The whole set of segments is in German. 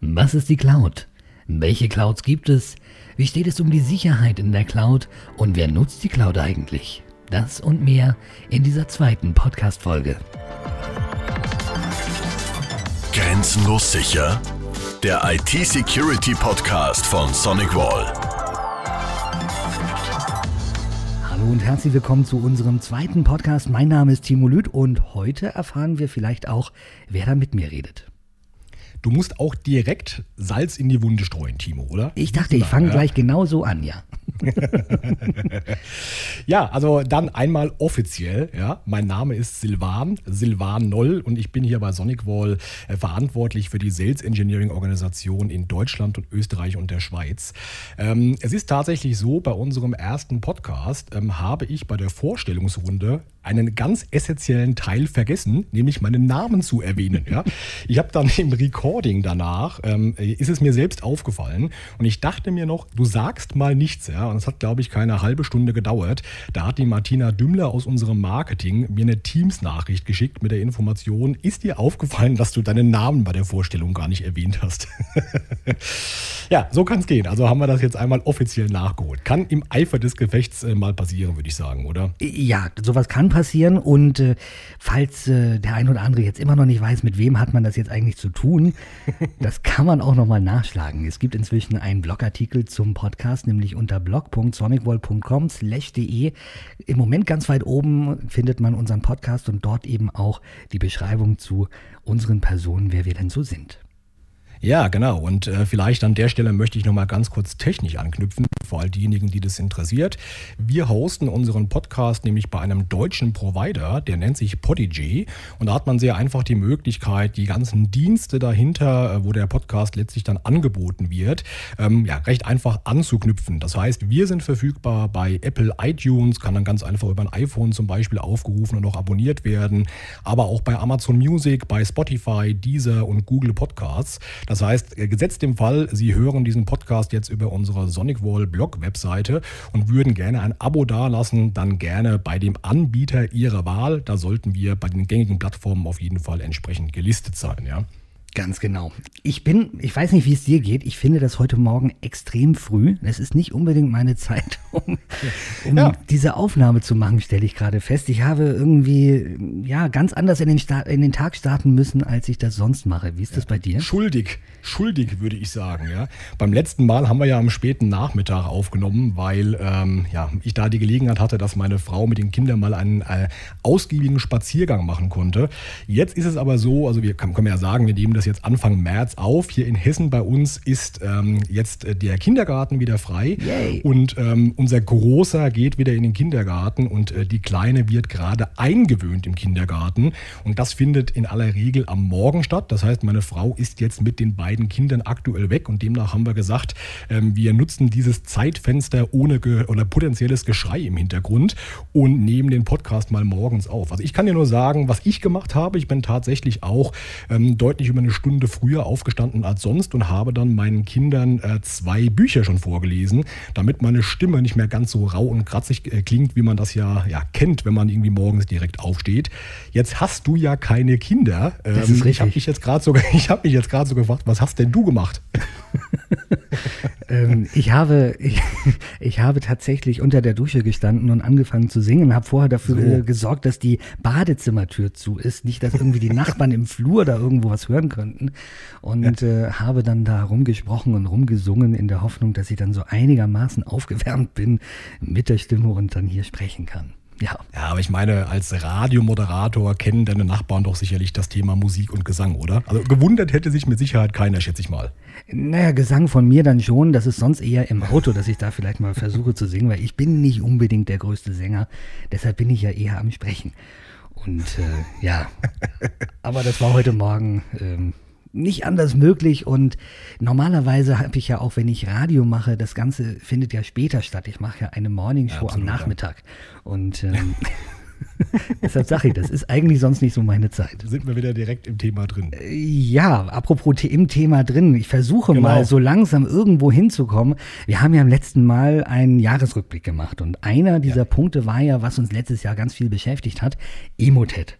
Was ist die Cloud? Welche Clouds gibt es? Wie steht es um die Sicherheit in der Cloud? Und wer nutzt die Cloud eigentlich? Das und mehr in dieser zweiten Podcast-Folge. Grenzenlos sicher? Der IT-Security-Podcast von SonicWall. Hallo und herzlich willkommen zu unserem zweiten Podcast. Mein Name ist Timo Lüth und heute erfahren wir vielleicht auch, wer da mit mir redet. Du musst auch direkt Salz in die Wunde streuen, Timo, oder? Ich dachte, ich fange gleich genau so an, ja. Ja, also dann einmal offiziell, ja. Mein Name ist Silvan Noll und ich bin hier bei SonicWall verantwortlich für die Sales Engineering Organisation in Deutschland und Österreich und der Schweiz. Es ist tatsächlich so, bei unserem ersten Podcast habe ich bei der Vorstellungsrunde einen ganz essentiellen Teil vergessen, nämlich meinen Namen zu erwähnen. Ja? Ich habe dann im Recording danach, ist es mir selbst aufgefallen und ich dachte mir noch, du sagst mal nichts. Ja? Und es hat, glaube ich, keine halbe Stunde gedauert. Da hat die Martina Dümmler aus unserem Marketing mir eine Teams-Nachricht geschickt mit der Information, ist dir aufgefallen, dass du deinen Namen bei der Vorstellung gar nicht erwähnt hast? Ja, so kann es gehen. Also haben wir das jetzt einmal offiziell nachgeholt. Kann im Eifer des Gefechts mal passieren, würde ich sagen, oder? Ja, sowas kann passieren und falls der ein oder andere jetzt immer noch nicht weiß, mit wem hat man das jetzt eigentlich zu tun, das kann man auch nochmal nachschlagen. Es gibt inzwischen einen Blogartikel zum Podcast, nämlich unter blog.sonicwall.com/de. Im Moment ganz weit oben findet man unseren Podcast und dort eben auch die Beschreibung zu unseren Personen, wer wir denn so sind. Ja, genau. Und vielleicht an der Stelle möchte ich nochmal ganz kurz technisch anknüpfen, vor all diejenigen, die das interessiert. Wir hosten unseren Podcast nämlich bei einem deutschen Provider, der nennt sich Podigy. Und da hat man sehr einfach die Möglichkeit, die ganzen Dienste dahinter, wo der Podcast letztlich dann angeboten wird, recht einfach anzuknüpfen. Das heißt, wir sind verfügbar bei Apple iTunes, kann dann ganz einfach über ein iPhone zum Beispiel aufgerufen und auch abonniert werden, aber auch bei Amazon Music, bei Spotify, Deezer und Google Podcasts. Das heißt, gesetzt im Fall, Sie hören diesen Podcast jetzt über unsere SonicWall-Blog-Webseite und würden gerne ein Abo dalassen, dann gerne bei dem Anbieter Ihrer Wahl. Da sollten wir bei den gängigen Plattformen auf jeden Fall entsprechend gelistet sein, ja. Ganz genau. Ich weiß nicht, wie es dir geht, ich finde das heute Morgen extrem früh. Es ist nicht unbedingt meine Zeit, um diese Aufnahme zu machen, stelle ich gerade fest. Ich habe irgendwie ganz anders in den Tag starten müssen, als ich das sonst mache. Wie ist das bei dir? Schuldig würde ich sagen. Ja. Beim letzten Mal haben wir ja am späten Nachmittag aufgenommen, weil ich da die Gelegenheit hatte, dass meine Frau mit den Kindern mal einen ausgiebigen Spaziergang machen konnte. Jetzt ist es aber so, also wir können ja sagen, wir nehmen das jetzt Anfang März auf. Hier in Hessen bei uns ist jetzt der Kindergarten wieder frei. Yay. Und unser Großer geht wieder in den Kindergarten und die Kleine wird gerade eingewöhnt im Kindergarten. Und das findet in aller Regel am Morgen statt. Das heißt, meine Frau ist jetzt mit den beiden Kindern aktuell weg und demnach haben wir gesagt, wir nutzen dieses Zeitfenster ohne oder potenzielles Geschrei im Hintergrund und nehmen den Podcast mal morgens auf. Also ich kann dir nur sagen, was ich gemacht habe. Ich bin tatsächlich auch deutlich über eine Stunde früher aufgestanden als sonst und habe dann meinen Kindern 2 Bücher schon vorgelesen, damit meine Stimme nicht mehr ganz so rau und kratzig klingt, wie man das ja kennt, wenn man irgendwie morgens direkt aufsteht. Jetzt hast du ja keine Kinder. Das ist richtig. Ich habe mich jetzt gerade so gefragt, was hast denn du gemacht? Ich habe tatsächlich unter der Dusche gestanden und angefangen zu singen, habe vorher dafür gesorgt, dass die Badezimmertür zu ist, nicht, dass irgendwie die Nachbarn im Flur da irgendwo was hören könnten und habe dann da rumgesprochen und rumgesungen in der Hoffnung, dass ich dann so einigermaßen aufgewärmt bin mit der Stimme und dann hier sprechen kann. Ja, aber ich meine, als Radiomoderator kennen deine Nachbarn doch sicherlich das Thema Musik und Gesang, oder? Also gewundert hätte sich mit Sicherheit keiner, schätze ich mal. Naja, Gesang von mir dann schon. Das ist sonst eher im Auto, dass ich da vielleicht mal versuche zu singen, weil ich bin nicht unbedingt der größte Sänger. Deshalb bin ich ja eher am Sprechen. Und aber das war heute Morgen nicht anders möglich und normalerweise habe ich ja auch, wenn ich Radio mache, das Ganze findet ja später statt. Ich mache ja eine Morningshow am Nachmittag und deshalb sage ich, das ist eigentlich sonst nicht so meine Zeit. Sind wir wieder direkt im Thema drin. Ja, apropos im Thema drin. Ich versuche mal so langsam irgendwo hinzukommen. Wir haben ja im letzten Mal einen Jahresrückblick gemacht und einer dieser Punkte war ja, was uns letztes Jahr ganz viel beschäftigt hat, Emotet.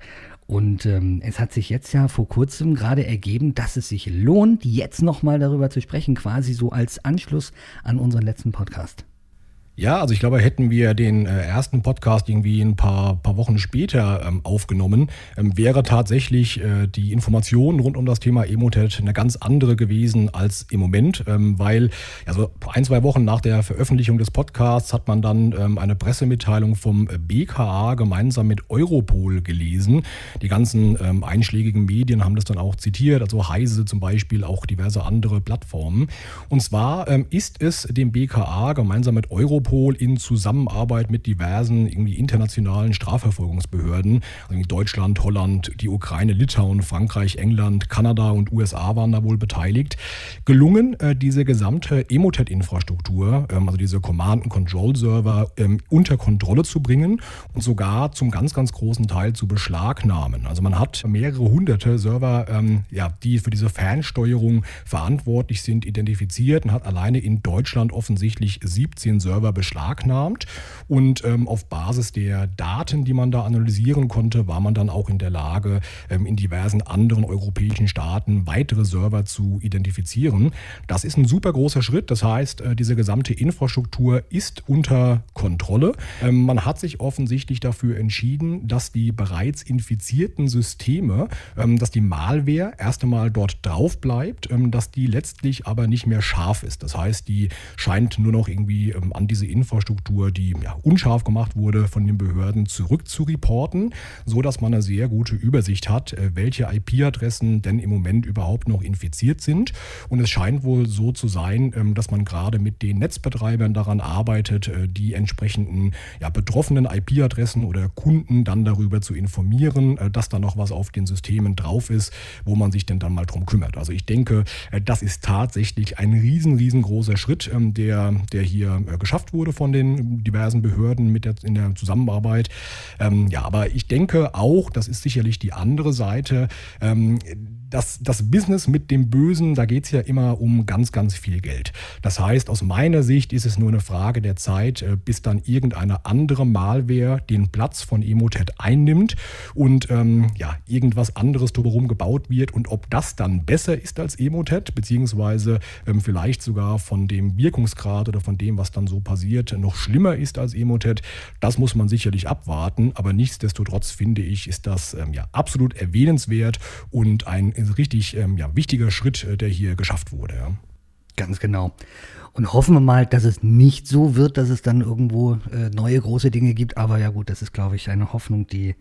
Und es hat sich jetzt ja vor kurzem gerade ergeben, dass es sich lohnt, jetzt nochmal darüber zu sprechen, quasi so als Anschluss an unseren letzten Podcast. Ja, also ich glaube, hätten wir den ersten Podcast irgendwie ein paar Wochen später aufgenommen, wäre tatsächlich die Information rund um das Thema Emotet eine ganz andere gewesen als im Moment, weil also 1-2 Wochen nach der Veröffentlichung des Podcasts hat man dann eine Pressemitteilung vom BKA gemeinsam mit Europol gelesen. Die ganzen einschlägigen Medien haben das dann auch zitiert, also Heise zum Beispiel, auch diverse andere Plattformen. Und zwar ist es dem BKA gemeinsam mit Europol in Zusammenarbeit mit diversen irgendwie internationalen Strafverfolgungsbehörden, also Deutschland, Holland, die Ukraine, Litauen, Frankreich, England, Kanada und USA waren da wohl beteiligt, gelungen, diese gesamte Emotet-Infrastruktur, also diese Command-and-Control-Server unter Kontrolle zu bringen und sogar zum ganz, ganz großen Teil zu beschlagnahmen. Also man hat mehrere hunderte Server, die für diese Fernsteuerung verantwortlich sind, identifiziert und hat alleine in Deutschland offensichtlich 17 Server beschlagnahmt und auf Basis der Daten, die man da analysieren konnte, war man dann auch in der Lage, in diversen anderen europäischen Staaten weitere Server zu identifizieren. Das ist ein super großer Schritt, das heißt, diese gesamte Infrastruktur ist unter Kontrolle. Man hat sich offensichtlich dafür entschieden, dass die bereits infizierten Systeme, dass die Malware erst einmal dort drauf bleibt, dass die letztlich aber nicht mehr scharf ist. Das heißt, die scheint nur noch irgendwie an diese Infrastruktur, die unscharf gemacht wurde, von den Behörden zurück zu reporten, sodass man eine sehr gute Übersicht hat, welche IP-Adressen denn im Moment überhaupt noch infiziert sind. Und es scheint wohl so zu sein, dass man gerade mit den Netzbetreibern daran arbeitet, die entsprechenden betroffenen IP-Adressen oder Kunden dann darüber zu informieren, dass da noch was auf den Systemen drauf ist, wo man sich denn dann mal drum kümmert. Also ich denke, das ist tatsächlich ein riesengroßer Schritt, der hier geschafft wurde von den diversen Behörden in der Zusammenarbeit. Aber ich denke auch, das ist sicherlich die andere Seite, das Business mit dem Bösen, da geht es ja immer um ganz, ganz viel Geld. Das heißt, aus meiner Sicht ist es nur eine Frage der Zeit, bis dann irgendeine andere Malware den Platz von Emotet einnimmt und irgendwas anderes drumherum gebaut wird. Und ob das dann besser ist als Emotet, beziehungsweise vielleicht sogar von dem Wirkungsgrad oder von dem, was dann so passiert, noch schlimmer ist als Emotet, das muss man sicherlich abwarten. Aber nichtsdestotrotz finde ich, ist das absolut erwähnenswert und ein richtig wichtiger Schritt, der hier geschafft wurde. Ja. Ganz genau. Und hoffen wir mal, dass es nicht so wird, dass es dann irgendwo neue große Dinge gibt. Aber ja gut, das ist, glaube ich, eine Hoffnung, die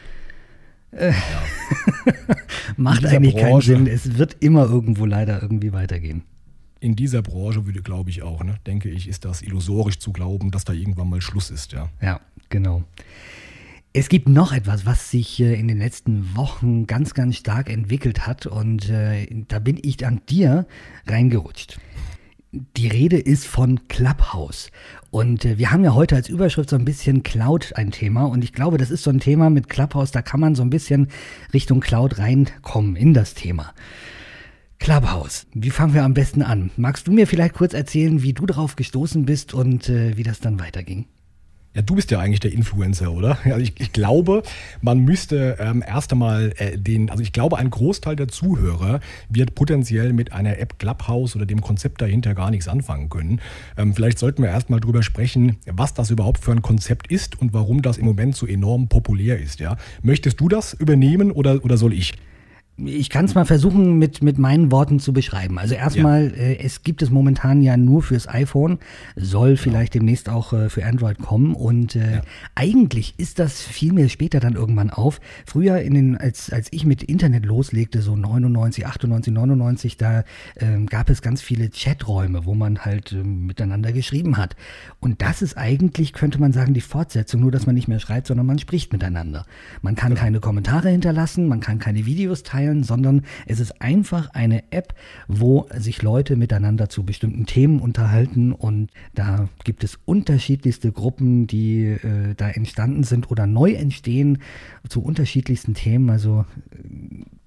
macht eigentlich keinen Sinn. Es wird immer irgendwo leider irgendwie weitergehen. In dieser Branche glaube ich auch, denke ich, ist das illusorisch zu glauben, dass da irgendwann mal Schluss ist. Ja, genau. Es gibt noch etwas, was sich in den letzten Wochen ganz, ganz stark entwickelt hat und da bin ich an dir reingerutscht. Die Rede ist von Clubhouse und wir haben ja heute als Überschrift so ein bisschen Cloud ein Thema und ich glaube, das ist so ein Thema mit Clubhouse, da kann man so ein bisschen Richtung Cloud reinkommen in das Thema. Clubhouse, wie fangen wir am besten an? Magst du mir vielleicht kurz erzählen, wie du drauf gestoßen bist und wie das dann weiterging? Ja, du bist ja eigentlich der Influencer, oder? Also ich glaube, man müsste erst einmal ich glaube, ein Großteil der Zuhörer wird potenziell mit einer App Clubhouse oder dem Konzept dahinter gar nichts anfangen können. Vielleicht sollten wir erst mal drüber sprechen, was das überhaupt für ein Konzept ist und warum das im Moment so enorm populär ist. Ja? Möchtest du das übernehmen oder soll ich? Ich kann es mal versuchen, mit meinen Worten zu beschreiben. Also erstmal, es gibt es momentan ja nur fürs iPhone, soll vielleicht demnächst auch für Android kommen und eigentlich ist das viel mehr später dann irgendwann auf. Früher, als ich mit Internet loslegte, so 99, 98, 99, da gab es ganz viele Chaträume, wo man halt miteinander geschrieben hat. Und das ist eigentlich, könnte man sagen, die Fortsetzung, nur dass man nicht mehr schreibt, sondern man spricht miteinander. Man kann keine Kommentare hinterlassen, man kann keine Videos teilen, sondern es ist einfach eine App, wo sich Leute miteinander zu bestimmten Themen unterhalten und da gibt es unterschiedlichste Gruppen, die da entstanden sind oder neu entstehen zu unterschiedlichsten Themen. Also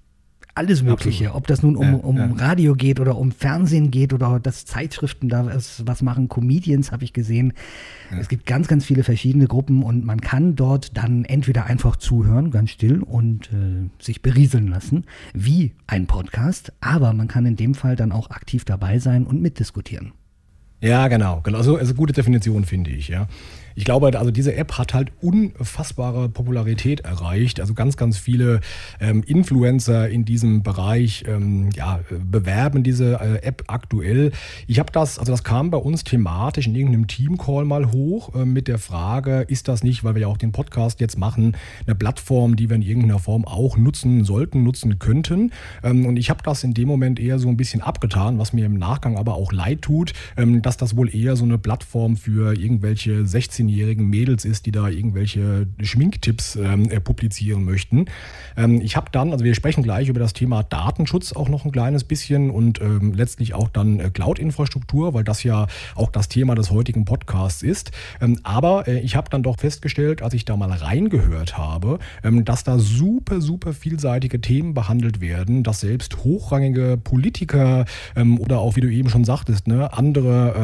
alles Mögliche. Absolut. Ob das nun um Radio geht oder um Fernsehen geht oder dass Zeitschriften da was machen. Comedians habe ich gesehen. Ja. Es gibt ganz, ganz viele verschiedene Gruppen und man kann dort dann entweder einfach zuhören, ganz still und sich berieseln lassen, wie ein Podcast. Aber man kann in dem Fall dann auch aktiv dabei sein und mitdiskutieren. Ja, genau. Also gute Definition, finde ich, ja. Ich glaube, also diese App hat halt unfassbare Popularität erreicht. Also ganz, ganz viele Influencer in diesem Bereich bewerben diese App aktuell. Das kam bei uns thematisch in irgendeinem Teamcall mal hoch mit der Frage, ist das nicht, weil wir ja auch den Podcast jetzt machen, eine Plattform, die wir in irgendeiner Form auch nutzen sollten, nutzen könnten. Und ich habe das in dem Moment eher so ein bisschen abgetan, was mir im Nachgang aber auch leid tut, dass das wohl eher so eine Plattform für irgendwelche 16-jährigen Mädels ist, die da irgendwelche Schminktipps publizieren möchten. Wir sprechen gleich über das Thema Datenschutz auch noch ein kleines bisschen und letztlich auch dann Cloud-Infrastruktur, weil das ja auch das Thema des heutigen Podcasts ist. Aber ich habe dann doch festgestellt, als ich da mal reingehört habe, dass da super, super vielseitige Themen behandelt werden, dass selbst hochrangige Politiker oder auch, wie du eben schon sagtest, andere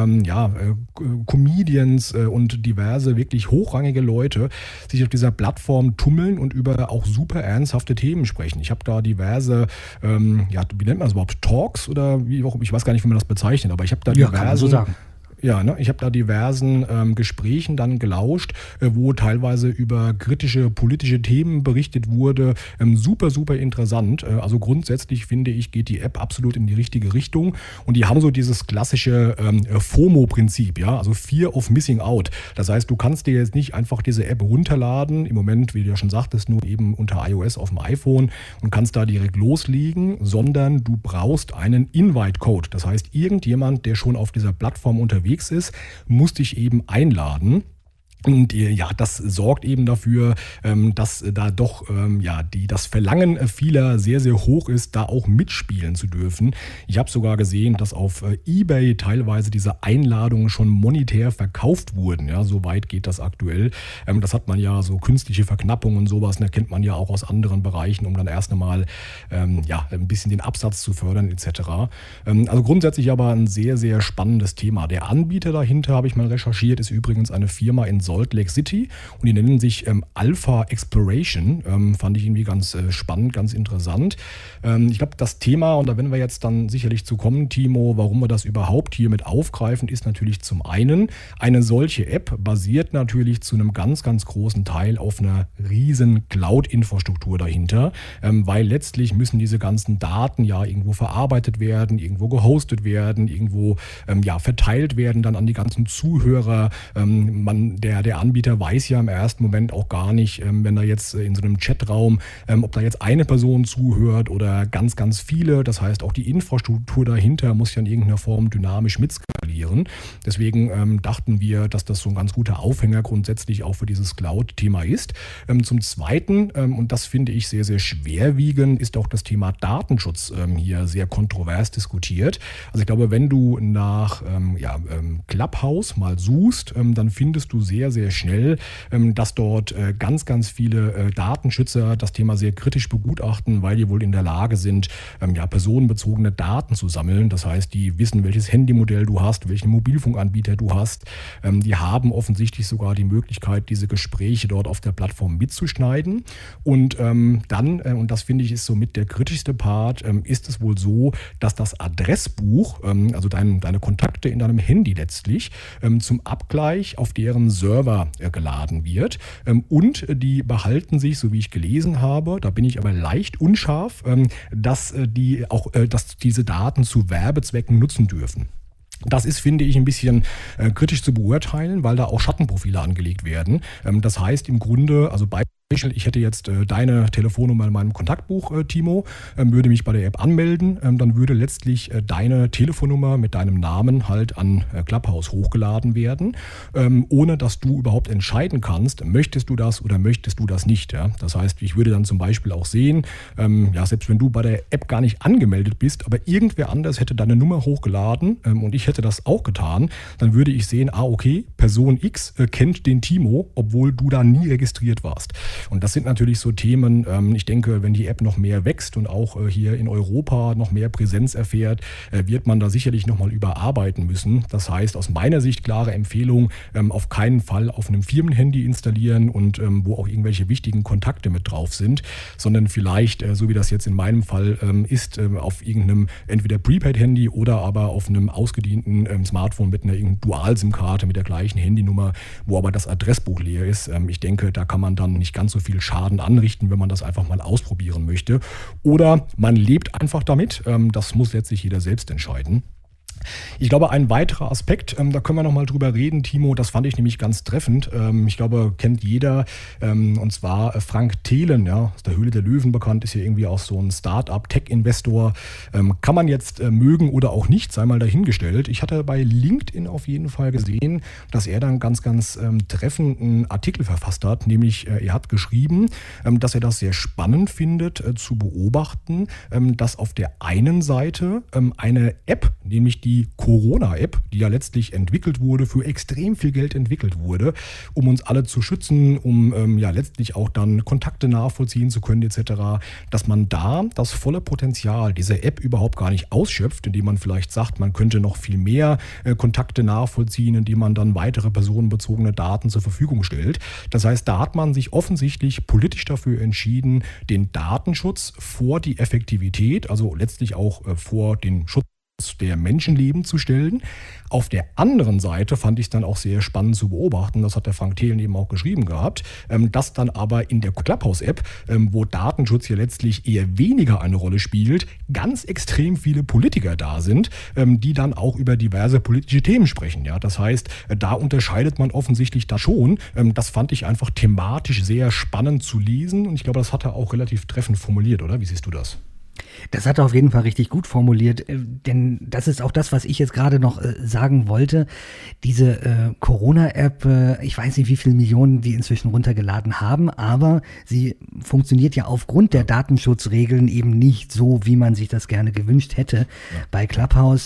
Comedians und diverse wirklich hochrangige Leute sich auf dieser Plattform tummeln und über auch super ernsthafte Themen sprechen. Ich habe da diverse, wie nennt man das überhaupt, Talks oder wie auch, ich weiß gar nicht, wie man das bezeichnet, aber ich habe da diverse... kann man so sagen. Ja, ich habe da diversen Gesprächen dann gelauscht, wo teilweise über kritische politische Themen berichtet wurde. Super, super interessant. Also grundsätzlich finde ich, geht die App absolut in die richtige Richtung. Und die haben so dieses klassische FOMO-Prinzip, ja, also Fear of Missing Out. Das heißt, du kannst dir jetzt nicht einfach diese App runterladen, im Moment, wie du ja schon sagtest, nur eben unter iOS auf dem iPhone und kannst da direkt loslegen, sondern du brauchst einen Invite-Code. Das heißt, irgendjemand, der schon auf dieser Plattform unterwegs ist, muss dich eben einladen. Und das sorgt eben dafür, dass da doch das Verlangen vieler sehr, sehr hoch ist, da auch mitspielen zu dürfen. Ich habe sogar gesehen, dass auf eBay teilweise diese Einladungen schon monetär verkauft wurden. Ja, so weit geht das aktuell. Das hat man ja, so künstliche Verknappung und sowas, kennt man ja auch aus anderen Bereichen, um dann erst einmal ein bisschen den Absatz zu fördern etc. Also grundsätzlich aber ein sehr, sehr spannendes Thema. Der Anbieter dahinter, habe ich mal recherchiert, ist übrigens eine Firma in Salt Lake City und die nennen sich Alpha Exploration. Fand ich irgendwie ganz spannend, ganz interessant. Ich glaube, das Thema, und da werden wir jetzt dann sicherlich zu kommen, Timo, warum wir das überhaupt hier mit aufgreifen, ist natürlich zum einen, eine solche App basiert natürlich zu einem ganz, ganz großen Teil auf einer riesen Cloud-Infrastruktur dahinter, weil letztlich müssen diese ganzen Daten ja irgendwo verarbeitet werden, irgendwo gehostet werden, irgendwo verteilt werden dann an die ganzen Zuhörer. Der Anbieter weiß ja im ersten Moment auch gar nicht, wenn da jetzt in so einem Chatraum, ob da jetzt eine Person zuhört oder ganz, ganz viele. Das heißt, auch die Infrastruktur dahinter muss ja in irgendeiner Form dynamisch mitskalieren. Deswegen dachten wir, dass das so ein ganz guter Aufhänger grundsätzlich auch für dieses Cloud-Thema ist. Zum Zweiten, und das finde ich sehr, sehr schwerwiegend, ist auch das Thema Datenschutz hier sehr kontrovers diskutiert. Also ich glaube, wenn du nach Clubhouse mal suchst, dann findest du sehr, sehr schnell, dass dort ganz, ganz viele Datenschützer das Thema sehr kritisch begutachten, weil die wohl in der Lage sind, personenbezogene Daten zu sammeln. Das heißt, die wissen, welches Handymodell du hast, welchen Mobilfunkanbieter du hast. Die haben offensichtlich sogar die Möglichkeit, diese Gespräche dort auf der Plattform mitzuschneiden. Und dann, und das finde ich ist somit der kritischste Part, ist es wohl so, dass das Adressbuch, also deine Kontakte in deinem Handy letztlich, zum Abgleich auf deren Server geladen wird. Und die behalten sich, so wie ich gelesen habe, da bin ich aber leicht unscharf, dass diese Daten zu Werbezwecken nutzen dürfen. Das ist, finde ich, ein bisschen kritisch zu beurteilen, weil da auch Schattenprofile angelegt werden. Das heißt im Grunde, also ich hätte jetzt deine Telefonnummer in meinem Kontaktbuch, Timo, würde mich bei der App anmelden, dann würde letztlich deine Telefonnummer mit deinem Namen halt an Clubhouse hochgeladen werden, ohne dass du überhaupt entscheiden kannst, möchtest du das oder möchtest du das nicht. Ja? Das heißt, ich würde dann zum Beispiel auch sehen, selbst wenn du bei der App gar nicht angemeldet bist, aber irgendwer anders hätte deine Nummer hochgeladen und ich hätte das auch getan, dann würde ich sehen, okay, Person X kennt den Timo, obwohl du da nie registriert warst. Und das sind natürlich so Themen, ich denke, wenn die App noch mehr wächst und auch hier in Europa noch mehr Präsenz erfährt, wird man da sicherlich nochmal überarbeiten müssen. Das heißt, aus meiner Sicht klare Empfehlung, auf keinen Fall auf einem Firmenhandy installieren und wo auch irgendwelche wichtigen Kontakte mit drauf sind, sondern vielleicht, so wie das jetzt in meinem Fall ist, auf irgendeinem entweder Prepaid-Handy oder aber auf einem ausgedienten Smartphone mit einer Dual-SIM-Karte mit der gleichen Handynummer, wo aber das Adressbuch leer ist. Ich denke, da kann man dann nicht ganz so viel Schaden anrichten, wenn man das einfach mal ausprobieren möchte. Oder man lebt einfach damit. Das muss letztlich jeder selbst entscheiden. Ich glaube, ein weiterer Aspekt, da können wir nochmal drüber reden, Timo, das fand ich nämlich ganz treffend. Ich glaube, kennt jeder, und zwar Frank Thelen, ja, aus der Höhle der Löwen bekannt, ist ja irgendwie auch so ein Start-up-Tech-Investor. Kann man jetzt mögen oder auch nicht, sei mal dahingestellt. Ich hatte bei LinkedIn auf jeden Fall gesehen, dass er dann ganz treffenden Artikel verfasst hat, nämlich er hat geschrieben, dass er das sehr spannend findet, zu beobachten, dass auf der einen Seite eine App, nämlich die Corona-App, die ja letztlich entwickelt wurde, für extrem viel Geld entwickelt wurde, um uns alle zu schützen, um letztlich auch dann Kontakte nachvollziehen zu können etc., dass man da das volle Potenzial dieser App überhaupt gar nicht ausschöpft, indem man vielleicht sagt, man könnte noch viel mehr Kontakte nachvollziehen, indem man dann weitere personenbezogene Daten zur Verfügung stellt. Das heißt, da hat man sich offensichtlich politisch dafür entschieden, den Datenschutz vor die Effektivität, also letztlich auch vor den Schutz der Menschenleben zu stellen. Auf der anderen Seite fand ich es dann auch sehr spannend zu beobachten, das hat der Frank Thelen eben auch geschrieben gehabt, dass dann aber in der Clubhouse-App, wo Datenschutz ja letztlich eher weniger eine Rolle spielt, ganz extrem viele Politiker da sind, die dann auch über diverse politische Themen sprechen. Ja? Das heißt, da unterscheidet man offensichtlich da schon. Das fand ich einfach thematisch sehr spannend zu lesen und ich glaube, das hat er auch relativ treffend formuliert, oder? Wie siehst du das? Das hat er auf jeden Fall richtig gut formuliert, denn das ist auch das, was ich jetzt gerade noch sagen wollte. Diese Corona-App, ich weiß nicht, wie viele Millionen die inzwischen runtergeladen haben, aber sie funktioniert ja aufgrund der Datenschutzregeln eben nicht so, wie man sich das gerne gewünscht hätte. Ja. Bei Clubhouse,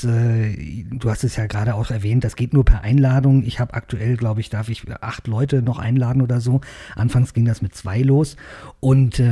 du hast es ja gerade auch erwähnt, das geht nur per Einladung. Ich habe aktuell, glaube ich, darf ich 8 Leute noch einladen oder so. Anfangs ging das mit 2 los und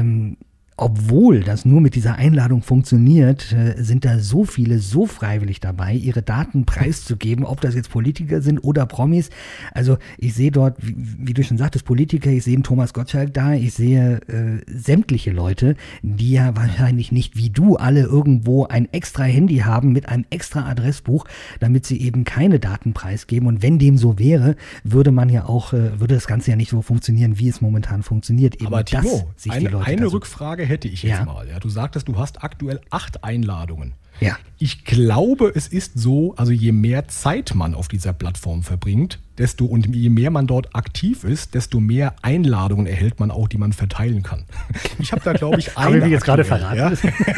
obwohl das nur mit dieser Einladung funktioniert, sind da so viele so freiwillig dabei, ihre Daten preiszugeben, ob das jetzt Politiker sind oder Promis. Also ich sehe dort, wie du schon sagtest, Politiker, ich sehe einen Thomas Gottschalk da, ich sehe sämtliche Leute, die ja wahrscheinlich nicht wie du alle irgendwo ein extra Handy haben mit einem extra Adressbuch, damit sie eben keine Daten preisgeben. Und wenn dem so wäre, würde man ja auch, würde das Ganze ja nicht so funktionieren, wie es momentan funktioniert. Eben aber Timo, eine so Rückfrage hätte ich jetzt mal. Ja, du sagtest, du hast aktuell 8 Einladungen. Ja. Ich glaube, es ist so, also je mehr Zeit man auf dieser Plattform verbringt, und je mehr man dort aktiv ist, desto mehr Einladungen erhält man auch, die man verteilen kann. Ich habe da, glaube ich, eine. Haben wir jetzt gerade verraten? Ja?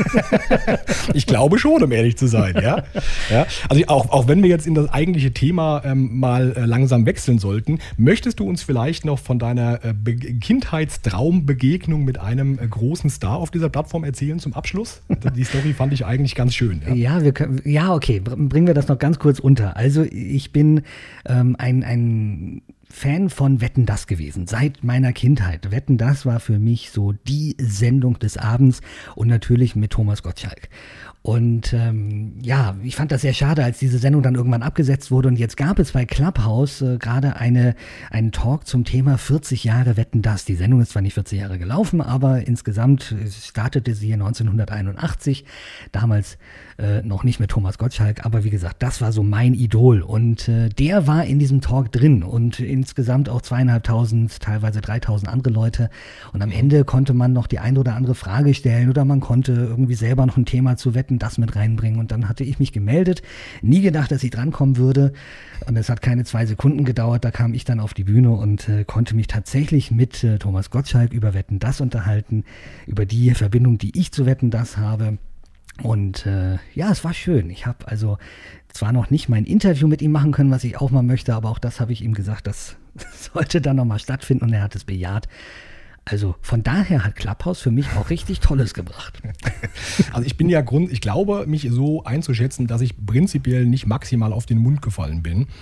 Ich glaube schon, um ehrlich zu sein. Ja? Ja? Also auch wenn wir jetzt in das eigentliche Thema mal langsam wechseln sollten, möchtest du uns vielleicht noch von deiner Kindheitstraumbegegnung mit einem großen Star auf dieser Plattform erzählen zum Abschluss? Die Story fand ich eigentlich ganz schön. Ja, okay, bringen wir das noch ganz kurz unter. Also ich bin ein Fan von Wetten, dass gewesen, seit meiner Kindheit. Wetten, dass war für mich so die Sendung des Abends und natürlich mit Thomas Gottschalk. Und ich fand das sehr schade, als diese Sendung dann irgendwann abgesetzt wurde. Und jetzt gab es bei Clubhouse gerade einen Talk zum Thema 40 Jahre Wetten, dass. Die Sendung ist zwar nicht 40 Jahre gelaufen, aber insgesamt startete sie 1981. Damals noch nicht mit Thomas Gottschalk, aber wie gesagt, das war so mein Idol. Und der war in diesem Talk drin und insgesamt auch 2.500, teilweise 3.000 andere Leute. Und am Ende konnte man noch die eine oder andere Frage stellen oder man konnte irgendwie selber noch ein Thema zu Wetten, das mit reinbringen. Und dann hatte ich mich gemeldet, nie gedacht, dass ich drankommen würde. Und es hat keine 2 Sekunden gedauert, da kam ich dann auf die Bühne und konnte mich tatsächlich mit Thomas Gottschalk über Wetten, das unterhalten, über die Verbindung, die ich zu Wetten, das habe. Und es war schön. Ich habe also zwar noch nicht mein Interview mit ihm machen können, was ich auch mal möchte, aber auch das habe ich ihm gesagt, das sollte dann nochmal stattfinden und er hat es bejaht. Also von daher hat Clubhouse für mich auch richtig Tolles gebracht. Also ich glaube, mich so einzuschätzen, dass ich prinzipiell nicht maximal auf den Mund gefallen bin.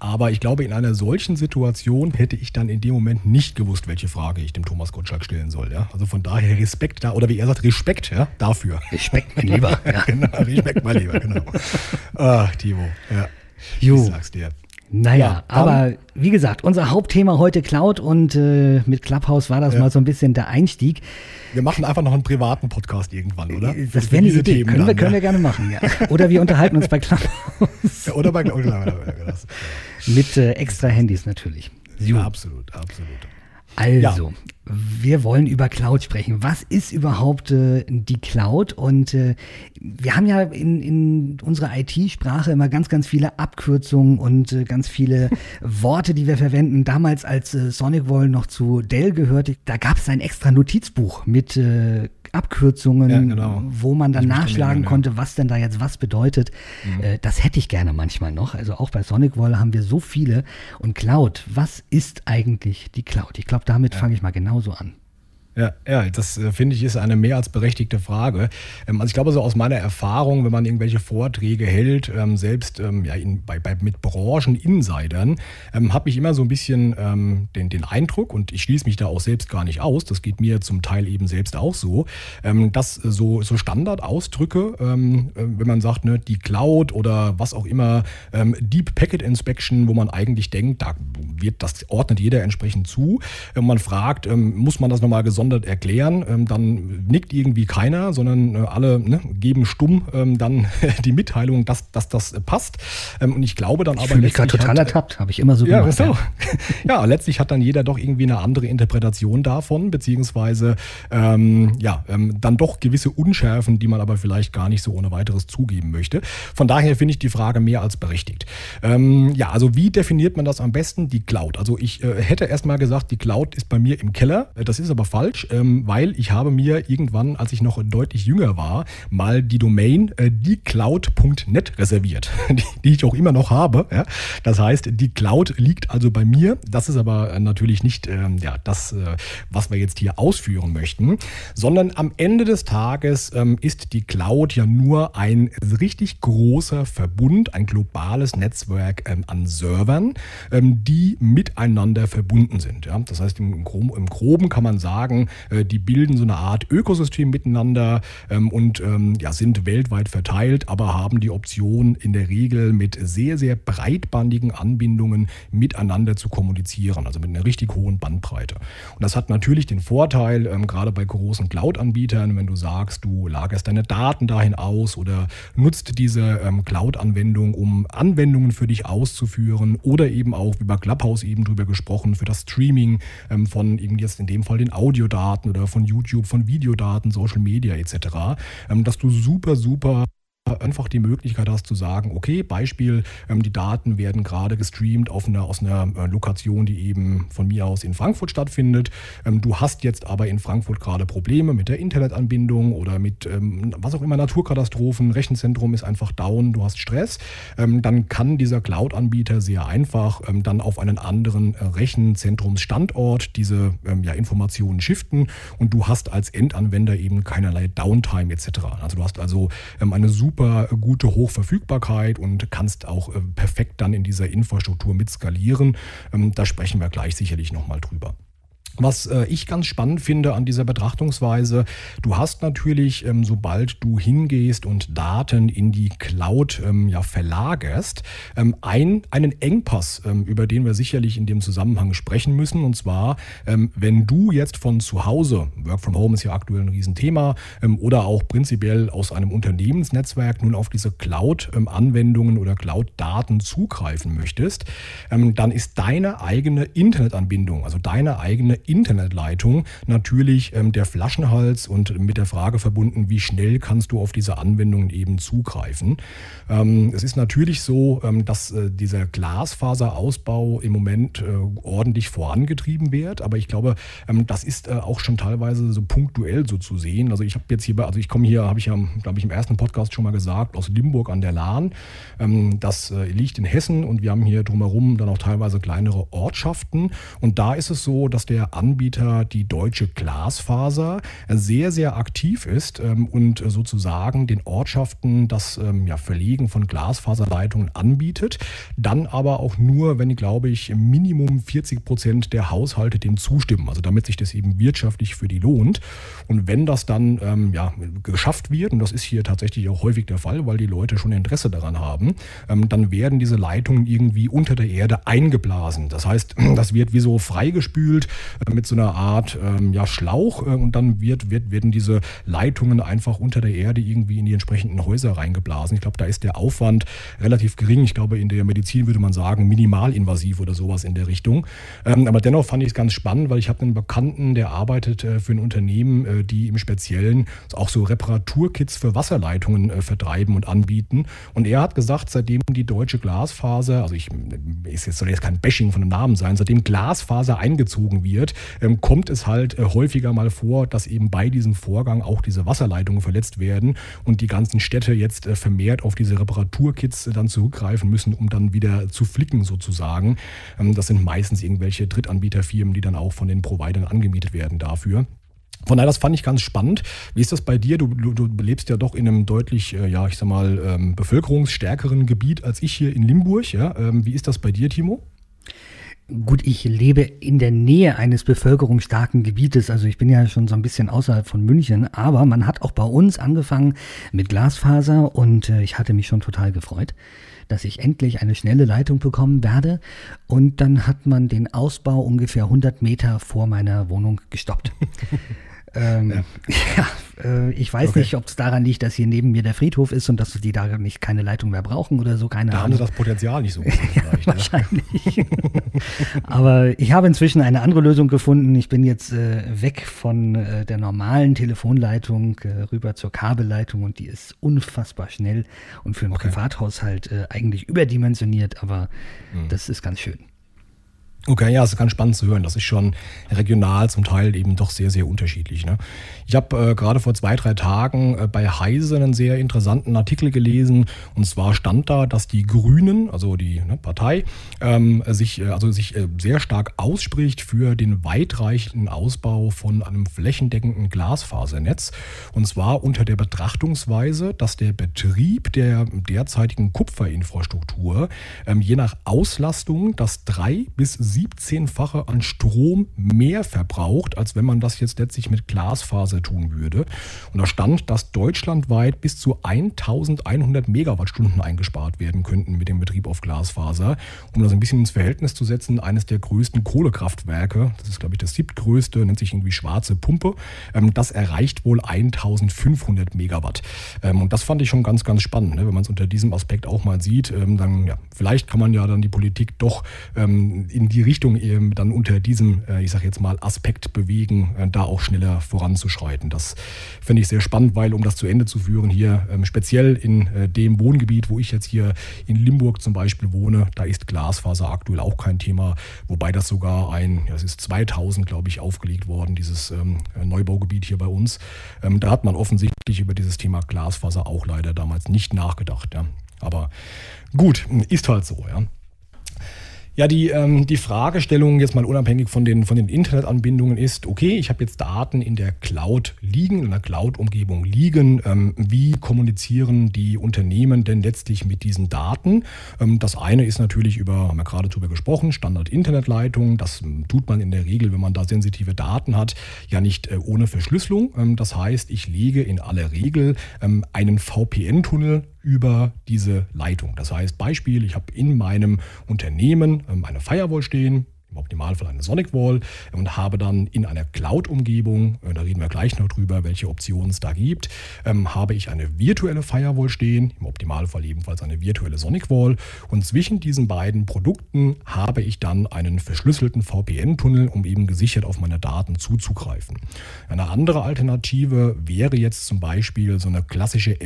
Aber ich glaube, in einer solchen Situation hätte ich dann in dem Moment nicht gewusst, welche Frage ich dem Thomas Gottschalk stellen soll. Ja? Also von daher Respekt da, oder wie er sagt, Respekt, ja, dafür. Respekt, mein Lieber. Ja. Genau, Respekt, mein Lieber, genau. Ach, Timo, ja. Jo. Ich sag's dir. Naja, Ja, aber wie gesagt, unser Hauptthema heute Cloud und mit Clubhouse war das mal so ein bisschen der Einstieg. Wir machen einfach noch einen privaten Podcast irgendwann, oder? Das wäre eine Idee, können wir gerne machen. Ja. Oder wir unterhalten uns bei Clubhouse. Ja, oder bei Clubhouse. Mit extra Handys natürlich. Ja, absolut. Also, wir wollen über Cloud sprechen. Was ist überhaupt die Cloud? Und wir haben ja in unserer IT-Sprache immer ganz, ganz viele Abkürzungen und ganz viele Worte, die wir verwenden. Damals, als SonicWall noch zu Dell gehörte, da gab es ein extra Notizbuch mit Abkürzungen, wo man dann nachschlagen konnte, was denn da jetzt was bedeutet. Das hätte ich gerne manchmal noch. Also auch bei SonicWall haben wir so viele. Und Cloud, was ist eigentlich die Cloud? Ich glaube, damit fange ich mal genauso an. Ja, das finde ich ist eine mehr als berechtigte Frage. Also ich glaube, so aus meiner Erfahrung, wenn man irgendwelche Vorträge hält, selbst mit Brancheninsidern, habe ich immer so ein bisschen den Eindruck, und ich schließe mich da auch selbst gar nicht aus, das geht mir zum Teil eben selbst auch so, dass so Standardausdrücke, wenn man sagt, ne, die Cloud oder was auch immer, Deep Packet Inspection, wo man eigentlich denkt, das ordnet jeder entsprechend zu. Man fragt, muss man das nochmal gesondert erklären, dann nickt irgendwie keiner, sondern alle geben stumm dann die Mitteilung, dass das passt. Und ich glaube dann aber... Ich fühle mich gerade total ertappt, habe ich immer so gemacht. Ja, letztlich hat dann jeder doch irgendwie eine andere Interpretation davon, beziehungsweise dann doch gewisse Unschärfen, die man aber vielleicht gar nicht so ohne weiteres zugeben möchte. Von daher finde ich die Frage mehr als berechtigt. Also wie definiert man das am besten? Die Cloud. Also ich hätte erstmal gesagt, die Cloud ist bei mir im Keller. Das ist aber falsch, weil ich habe mir irgendwann, als ich noch deutlich jünger war, mal die Domain diecloud.net reserviert, die ich auch immer noch habe. Ja? Das heißt, die Cloud liegt also bei mir. Das ist aber natürlich nicht das, was wir jetzt hier ausführen möchten, sondern am Ende des Tages ist die Cloud ja nur ein richtig großer Verbund, ein globales Netzwerk an Servern, die miteinander verbunden sind. Ja? Das heißt, im Groben kann man sagen, die bilden so eine Art Ökosystem miteinander und sind weltweit verteilt, aber haben die Option in der Regel mit sehr, sehr breitbandigen Anbindungen miteinander zu kommunizieren, also mit einer richtig hohen Bandbreite. Und das hat natürlich den Vorteil, gerade bei großen Cloud-Anbietern, wenn du sagst, du lagerst deine Daten dahin aus oder nutzt diese Cloud-Anwendung, um Anwendungen für dich auszuführen oder eben auch, wie bei Clubhouse eben drüber gesprochen, für das Streaming von jetzt in dem Fall den Audiodaten oder von YouTube, von Videodaten, Social Media etc., dass du super einfach die Möglichkeit hast zu sagen, okay, Beispiel, die Daten werden gerade gestreamt aus einer Lokation, die eben von mir aus in Frankfurt stattfindet. Du hast jetzt aber in Frankfurt gerade Probleme mit der Internetanbindung oder mit was auch immer, Naturkatastrophen, Rechenzentrum ist einfach down, du hast Stress. Dann kann dieser Cloud-Anbieter sehr einfach dann auf einen anderen Rechenzentrumsstandort diese Informationen shiften und du hast als Endanwender eben keinerlei Downtime etc. Also du hast also eine super gute Hochverfügbarkeit und kannst auch perfekt dann in dieser Infrastruktur mit skalieren. Da sprechen wir gleich sicherlich nochmal drüber. Was ich ganz spannend finde an dieser Betrachtungsweise, du hast natürlich, sobald du hingehst und Daten in die Cloud verlagerst, einen Engpass, über den wir sicherlich in dem Zusammenhang sprechen müssen. Und zwar, wenn du jetzt von zu Hause, Work from Home ist ja aktuell ein Riesenthema, oder auch prinzipiell aus einem Unternehmensnetzwerk nun auf diese Cloud-Anwendungen oder Cloud-Daten zugreifen möchtest, dann ist deine eigene Internetanbindung, also deine eigene Internetleitung natürlich der Flaschenhals und mit der Frage verbunden, wie schnell kannst du auf diese Anwendungen eben zugreifen. Es ist natürlich so, dass dieser Glasfaserausbau im Moment ordentlich vorangetrieben wird, aber ich glaube, das ist auch schon teilweise so punktuell so zu sehen. Also ich habe jetzt ich komme hier, habe ich glaube ich im ersten Podcast schon mal gesagt, aus Limburg an der Lahn. Das liegt in Hessen und wir haben hier drumherum dann auch teilweise kleinere Ortschaften und da ist es so, dass der Anbieter die Deutsche Glasfaser sehr, sehr aktiv ist und sozusagen den Ortschaften das Verlegen von Glasfaserleitungen anbietet. Dann aber auch nur, wenn, glaube ich, Minimum 40% der Haushalte dem zustimmen. Also damit sich das eben wirtschaftlich für die lohnt. Und wenn das dann geschafft wird, und das ist hier tatsächlich auch häufig der Fall, weil die Leute schon Interesse daran haben, dann werden diese Leitungen irgendwie unter der Erde eingeblasen. Das heißt, das wird wie so freigespült mit so einer Art Schlauch und dann werden diese Leitungen einfach unter der Erde irgendwie in die entsprechenden Häuser reingeblasen. Ich glaube, da ist der Aufwand relativ gering. Ich glaube, in der Medizin würde man sagen, minimalinvasiv oder sowas in der Richtung. Aber dennoch fand ich es ganz spannend, weil ich habe einen Bekannten, der arbeitet für ein Unternehmen, die im Speziellen auch so Reparaturkits für Wasserleitungen vertreiben und anbieten. Und er hat gesagt, seitdem die Deutsche Glasfaser, also soll jetzt kein Bashing von dem Namen sein, seitdem Glasfaser eingezogen wird, kommt es halt häufiger mal vor, dass eben bei diesem Vorgang auch diese Wasserleitungen verletzt werden und die ganzen Städte jetzt vermehrt auf diese Reparaturkits dann zurückgreifen müssen, um dann wieder zu flicken sozusagen. Das sind meistens irgendwelche Drittanbieterfirmen, die dann auch von den Providern angemietet werden dafür. Von daher, das fand ich ganz spannend. Wie ist das bei dir? Du lebst ja doch in einem deutlich, bevölkerungsstärkeren Gebiet als ich hier in Limburg. Ja? Wie ist das bei dir, Timo? Gut, ich lebe in der Nähe eines bevölkerungsstarken Gebietes, also ich bin ja schon so ein bisschen außerhalb von München, aber man hat auch bei uns angefangen mit Glasfaser und ich hatte mich schon total gefreut, dass ich endlich eine schnelle Leitung bekommen werde und dann hat man den Ausbau ungefähr 100 Meter vor meiner Wohnung gestoppt. Ich weiß nicht, ob es daran liegt, dass hier neben mir der Friedhof ist und dass die da keine Leitung mehr brauchen oder so, keine Ahnung. Da haben sie das Potenzial nicht so gut. Wahrscheinlich. Aber ich habe inzwischen eine andere Lösung gefunden. Ich bin jetzt weg von der normalen Telefonleitung rüber zur Kabelleitung und die ist unfassbar schnell und für einen Privathaushalt eigentlich überdimensioniert, aber das ist ganz schön. Okay, ja, das ist ganz spannend zu hören. Das ist schon regional zum Teil eben doch sehr, sehr unterschiedlich. Ne? Ich habe gerade vor 2-3 Tagen bei Heise einen sehr interessanten Artikel gelesen. Und zwar stand da, dass die Grünen, also die Partei, sich sehr stark ausspricht für den weitreichenden Ausbau von einem flächendeckenden Glasfasernetz. Und zwar unter der Betrachtungsweise, dass der Betrieb der derzeitigen Kupferinfrastruktur je nach Auslastung das 3- bis 17-fache an Strom mehr verbraucht, als wenn man das jetzt letztlich mit Glasfaser tun würde. Und da stand, dass deutschlandweit bis zu 1100 Megawattstunden eingespart werden könnten mit dem Betrieb auf Glasfaser. Um das ein bisschen ins Verhältnis zu setzen, eines der größten Kohlekraftwerke, das ist glaube ich das 7. größte, nennt sich irgendwie Schwarze Pumpe, das erreicht wohl 1500 Megawatt. Und das fand ich schon ganz, ganz spannend, ne? Wenn man es unter diesem Aspekt auch mal sieht, dann vielleicht kann man ja dann die Politik doch in die Richtung eben dann unter diesem, Aspekt bewegen, da auch schneller voranzuschreiten. Das finde ich sehr spannend, weil um das zu Ende zu führen hier, speziell in dem Wohngebiet, wo ich jetzt hier in Limburg zum Beispiel wohne, da ist Glasfaser aktuell auch kein Thema, wobei das sogar es ist 2000, glaube ich, aufgelegt worden, dieses Neubaugebiet hier bei uns. Da hat man offensichtlich über dieses Thema Glasfaser auch leider damals nicht nachgedacht. Ja. Aber gut, ist halt so, ja. Ja, die Fragestellung jetzt mal unabhängig von den Internetanbindungen ist, okay, ich habe jetzt Daten in der Cloud liegen, in der Cloud-Umgebung liegen. Wie kommunizieren die Unternehmen denn letztlich mit diesen Daten? Das eine ist natürlich haben wir gerade drüber gesprochen, Standard-Internetleitung. Das tut man in der Regel, wenn man da sensitive Daten hat, ja nicht ohne Verschlüsselung. Das heißt, ich lege in aller Regel einen VPN-Tunnel über diese Leitung. Das heißt, Beispiel, ich habe in meinem Unternehmen eine Firewall stehen, im Optimalfall eine SonicWall und habe dann in einer Cloud-Umgebung, da reden wir gleich noch drüber, welche Optionen es da gibt, habe ich eine virtuelle Firewall stehen, im Optimalfall ebenfalls eine virtuelle SonicWall und zwischen diesen beiden Produkten habe ich dann einen verschlüsselten VPN-Tunnel, um eben gesichert auf meine Daten zuzugreifen. Eine andere Alternative wäre jetzt zum Beispiel so eine klassische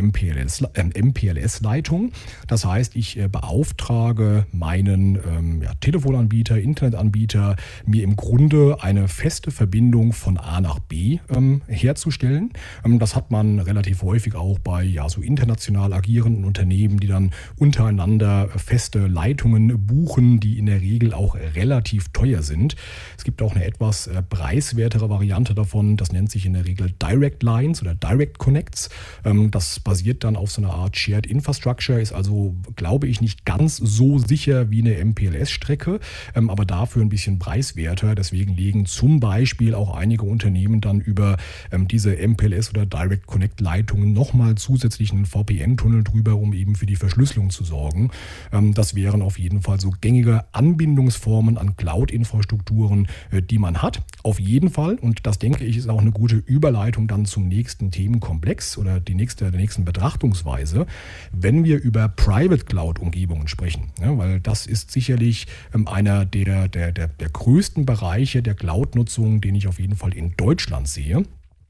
MPLS-Leitung. Das heißt, ich beauftrage meinen Telefonanbieter, Internetanbieter, Cloud-Anbieter mir im Grunde eine feste Verbindung von A nach B herzustellen. Das hat man relativ häufig auch bei so international agierenden Unternehmen, die dann untereinander feste Leitungen buchen, die in der Regel auch relativ teuer sind. Es gibt auch eine etwas preiswertere Variante davon, das nennt sich in der Regel Direct Lines oder Direct Connects. Das basiert dann auf so einer Art Shared Infrastructure, ist also, glaube ich, nicht ganz so sicher wie eine MPLS-Strecke, aber dafür ein bisschen preiswerter. Deswegen legen zum Beispiel auch einige Unternehmen dann über diese MPLS oder Direct Connect Leitungen nochmal zusätzlich einen VPN-Tunnel drüber, um eben für die Verschlüsselung zu sorgen. Das wären auf jeden Fall so gängige Anbindungsformen an Cloud-Infrastrukturen, die man hat. Auf jeden Fall, und das denke ich, ist auch eine gute Überleitung dann zum nächsten Themenkomplex oder der nächsten Betrachtungsweise, wenn wir über Private Cloud-Umgebungen sprechen. Ja, weil das ist sicherlich einer der größten Bereiche der Cloud-Nutzung, den ich auf jeden Fall in Deutschland sehe.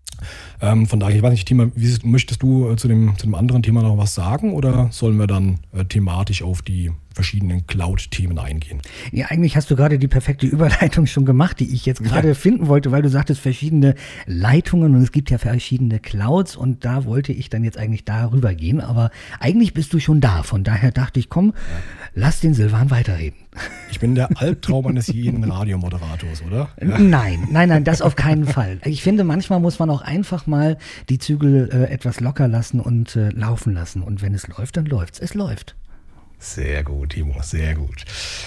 Von daher, ich weiß nicht, Timo, möchtest du zu dem anderen Thema noch was sagen oder sollen wir dann thematisch auf die verschiedenen Cloud-Themen eingehen? Ja, eigentlich hast du gerade die perfekte Überleitung schon gemacht, die ich jetzt gerade finden wollte, weil du sagtest, verschiedene Leitungen und es gibt ja verschiedene Clouds und da wollte ich dann jetzt eigentlich darüber gehen, aber eigentlich bist du schon da, von daher dachte ich, komm, lass den Silvan weiterreden. Ich bin der Albtraum eines jeden Radiomoderators, oder? Ja. Nein, das auf keinen Fall. Ich finde, manchmal muss man auch einfach mal die Zügel etwas locker lassen und laufen lassen. Und wenn es läuft, dann läuft's. Es läuft. Sehr gut, Timo, sehr gut.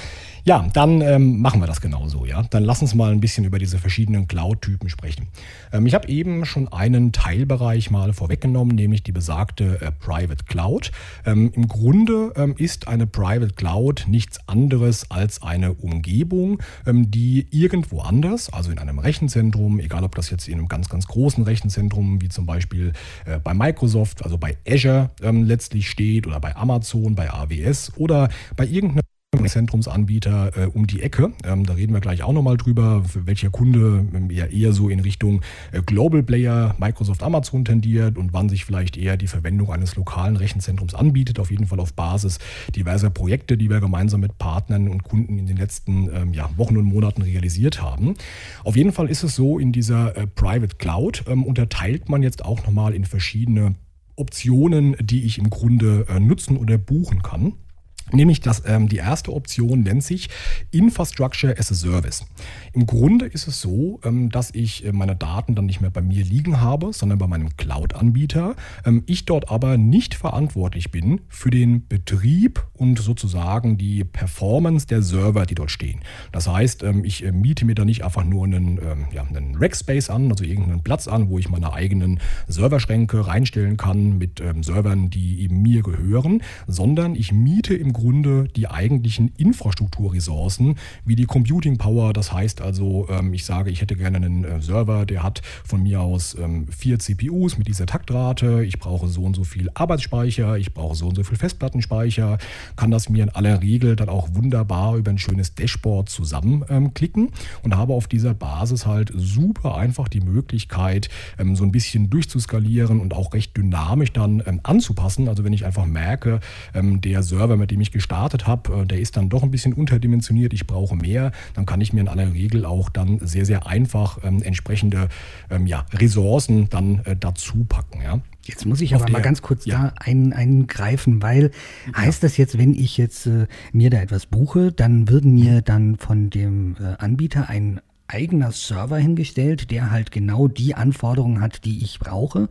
Ja, dann machen wir das genauso. Ja? Dann lass uns mal ein bisschen über diese verschiedenen Cloud-Typen sprechen. Ich habe eben schon einen Teilbereich mal vorweggenommen, nämlich die besagte Private Cloud. Im Grunde ist eine Private Cloud nichts anderes als eine Umgebung, die irgendwo anders, also in einem Rechenzentrum, egal ob das jetzt in einem ganz, ganz großen Rechenzentrum, wie zum Beispiel bei Microsoft, also bei Azure letztlich steht oder bei Amazon, bei AWS oder bei irgendeinem Zentrumsanbieter um die Ecke. Da reden wir gleich auch nochmal drüber, welcher Kunde eher so in Richtung Global Player, Microsoft, Amazon tendiert und wann sich vielleicht eher die Verwendung eines lokalen Rechenzentrums anbietet. Auf jeden Fall auf Basis diverser Projekte, die wir gemeinsam mit Partnern und Kunden in den letzten Wochen und Monaten realisiert haben. Auf jeden Fall ist es so, in dieser Private Cloud unterteilt man jetzt auch nochmal in verschiedene Optionen, die ich im Grunde nutzen oder buchen kann. Nämlich die erste Option nennt sich Infrastructure as a Service. Im Grunde ist es so, dass ich meine Daten dann nicht mehr bei mir liegen habe, sondern bei meinem Cloud-Anbieter. Ich dort aber nicht verantwortlich bin für den Betrieb und sozusagen die Performance der Server, die dort stehen. Das heißt, ich miete mir da nicht einfach nur einen Rackspace an, also irgendeinen Platz an, wo ich meine eigenen Serverschränke reinstellen kann mit Servern, die eben mir gehören, sondern ich miete im Grunde die eigentlichen Infrastrukturressourcen wie die Computing Power. Das heißt also, ich sage, ich hätte gerne einen Server, der hat von mir aus 4 CPUs mit dieser Taktrate. Ich brauche so und so viel Arbeitsspeicher, ich brauche so und so viel Festplattenspeicher, kann das mir in aller Regel dann auch wunderbar über ein schönes Dashboard zusammenklicken und habe auf dieser Basis halt super einfach die Möglichkeit, so ein bisschen durchzuskalieren und auch recht dynamisch dann anzupassen. Also wenn ich einfach merke, der Server, mit dem ich gestartet habe, der ist dann doch ein bisschen unterdimensioniert, ich brauche mehr, dann kann ich mir in aller Regel auch dann sehr, sehr einfach entsprechende Ressourcen dann dazu packen. Ja. Jetzt muss ich aber mal ganz kurz da eingreifen, weil heißt das jetzt, wenn ich jetzt mir da etwas buche, dann würden mir dann von dem Anbieter ein eigener Server hingestellt, der halt genau die Anforderungen hat, die ich brauche.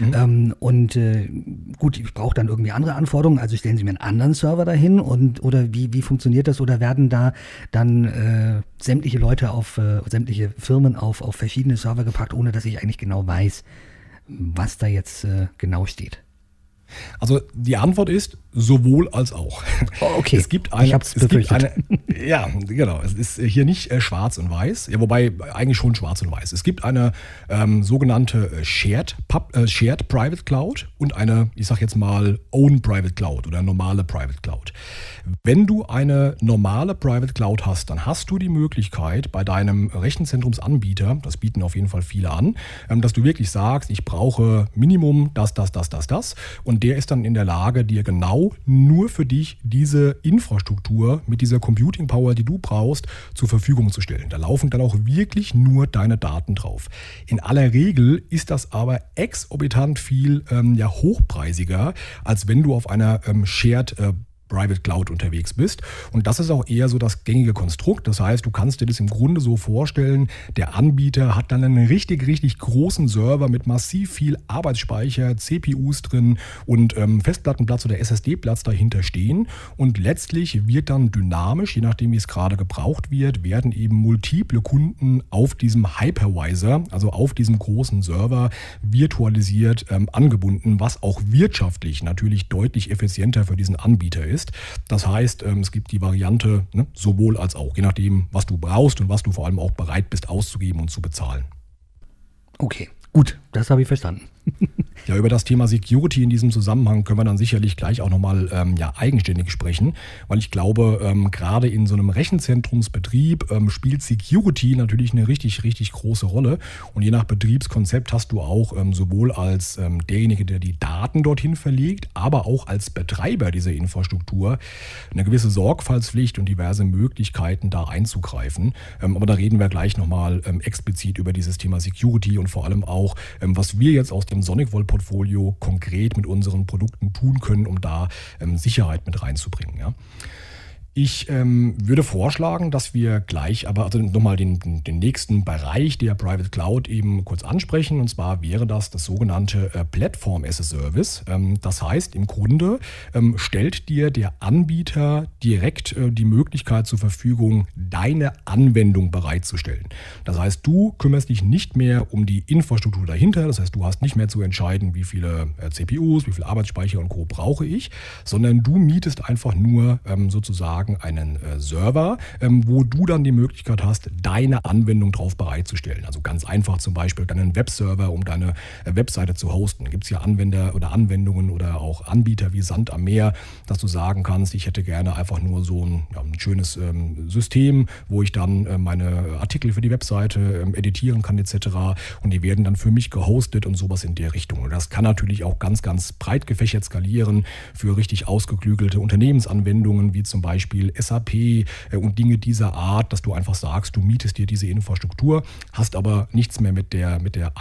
Gut, ich brauche dann irgendwie andere Anforderungen, also stellen Sie mir einen anderen Server dahin oder wie funktioniert das? Oder werden da dann sämtliche Leute sämtliche Firmen auf verschiedene Server gepackt, ohne dass ich eigentlich genau weiß, was da jetzt genau steht? Also die Antwort ist sowohl als auch. Oh, okay. Es gibt eine, ja, genau. Es ist hier nicht schwarz und weiß, ja, wobei eigentlich schon schwarz und weiß. Es gibt eine sogenannte Shared Private Cloud und eine, ich sag jetzt mal, Own Private Cloud oder normale Private Cloud. Wenn du eine normale Private Cloud hast, dann hast du die Möglichkeit bei deinem Rechenzentrumsanbieter, das bieten auf jeden Fall viele an, dass du wirklich sagst, ich brauche Minimum das und der ist dann in der Lage, dir genau genau nur für dich diese Infrastruktur mit dieser Computing Power, die du brauchst, zur Verfügung zu stellen. Da laufen dann auch wirklich nur deine Daten drauf. In aller Regel ist das aber exorbitant viel hochpreisiger, als wenn du auf einer Shared Private Cloud unterwegs bist. Und das ist auch eher so das gängige Konstrukt. Das heißt, du kannst dir das im Grunde so vorstellen, der Anbieter hat dann einen richtig, richtig großen Server mit massiv viel Arbeitsspeicher, CPUs drin und Festplattenplatz oder SSD-Platz dahinter stehen. Und letztlich wird dann dynamisch, je nachdem wie es gerade gebraucht wird, werden eben multiple Kunden auf diesem Hypervisor, also auf diesem großen Server, virtualisiert angebunden, was auch wirtschaftlich natürlich deutlich effizienter für diesen Anbieter ist. Das heißt, es gibt die Variante sowohl als auch, je nachdem, was du brauchst und was du vor allem auch bereit bist auszugeben und zu bezahlen. Okay, gut, das habe ich verstanden. Ja, über das Thema Security in diesem Zusammenhang können wir dann sicherlich gleich auch nochmal eigenständig sprechen, weil ich glaube, gerade in so einem Rechenzentrumsbetrieb spielt Security natürlich eine richtig, richtig große Rolle. Und je nach Betriebskonzept hast du auch sowohl als derjenige, der die Daten dorthin verlegt, aber auch als Betreiber dieser Infrastruktur eine gewisse Sorgfaltspflicht und diverse Möglichkeiten, da einzugreifen. Aber da reden wir gleich nochmal explizit über dieses Thema Security und vor allem auch, was wir jetzt aus dem SonicVault-Portfolio konkret mit unseren Produkten tun können, um da Sicherheit mit reinzubringen. Ja. Ich würde vorschlagen, dass wir gleich aber nochmal den nächsten Bereich der Private Cloud eben kurz ansprechen. Und zwar wäre das sogenannte Platform as a Service. Das heißt, im Grunde stellt dir der Anbieter direkt die Möglichkeit zur Verfügung, deine Anwendung bereitzustellen. Das heißt, du kümmerst dich nicht mehr um die Infrastruktur dahinter. Das heißt, du hast nicht mehr zu entscheiden, wie viele CPUs, wie viel Arbeitsspeicher und Co. brauche ich, sondern du mietest einfach nur sozusagen einen Server, wo du dann die Möglichkeit hast, deine Anwendung drauf bereitzustellen. Also ganz einfach zum Beispiel deinen Webserver, um deine Webseite zu hosten. Gibt es ja Anwender oder Anwendungen oder auch Anbieter wie Sand am Meer, dass du sagen kannst, ich hätte gerne einfach nur so ein schönes System, wo ich dann meine Artikel für die Webseite editieren kann etc. Und die werden dann für mich gehostet und sowas in der Richtung. Und das kann natürlich auch ganz, ganz breit gefächert skalieren für richtig ausgeklügelte Unternehmensanwendungen, wie zum Beispiel SAP und Dinge dieser Art, dass du einfach sagst, du mietest dir diese Infrastruktur, hast aber nichts mehr mit den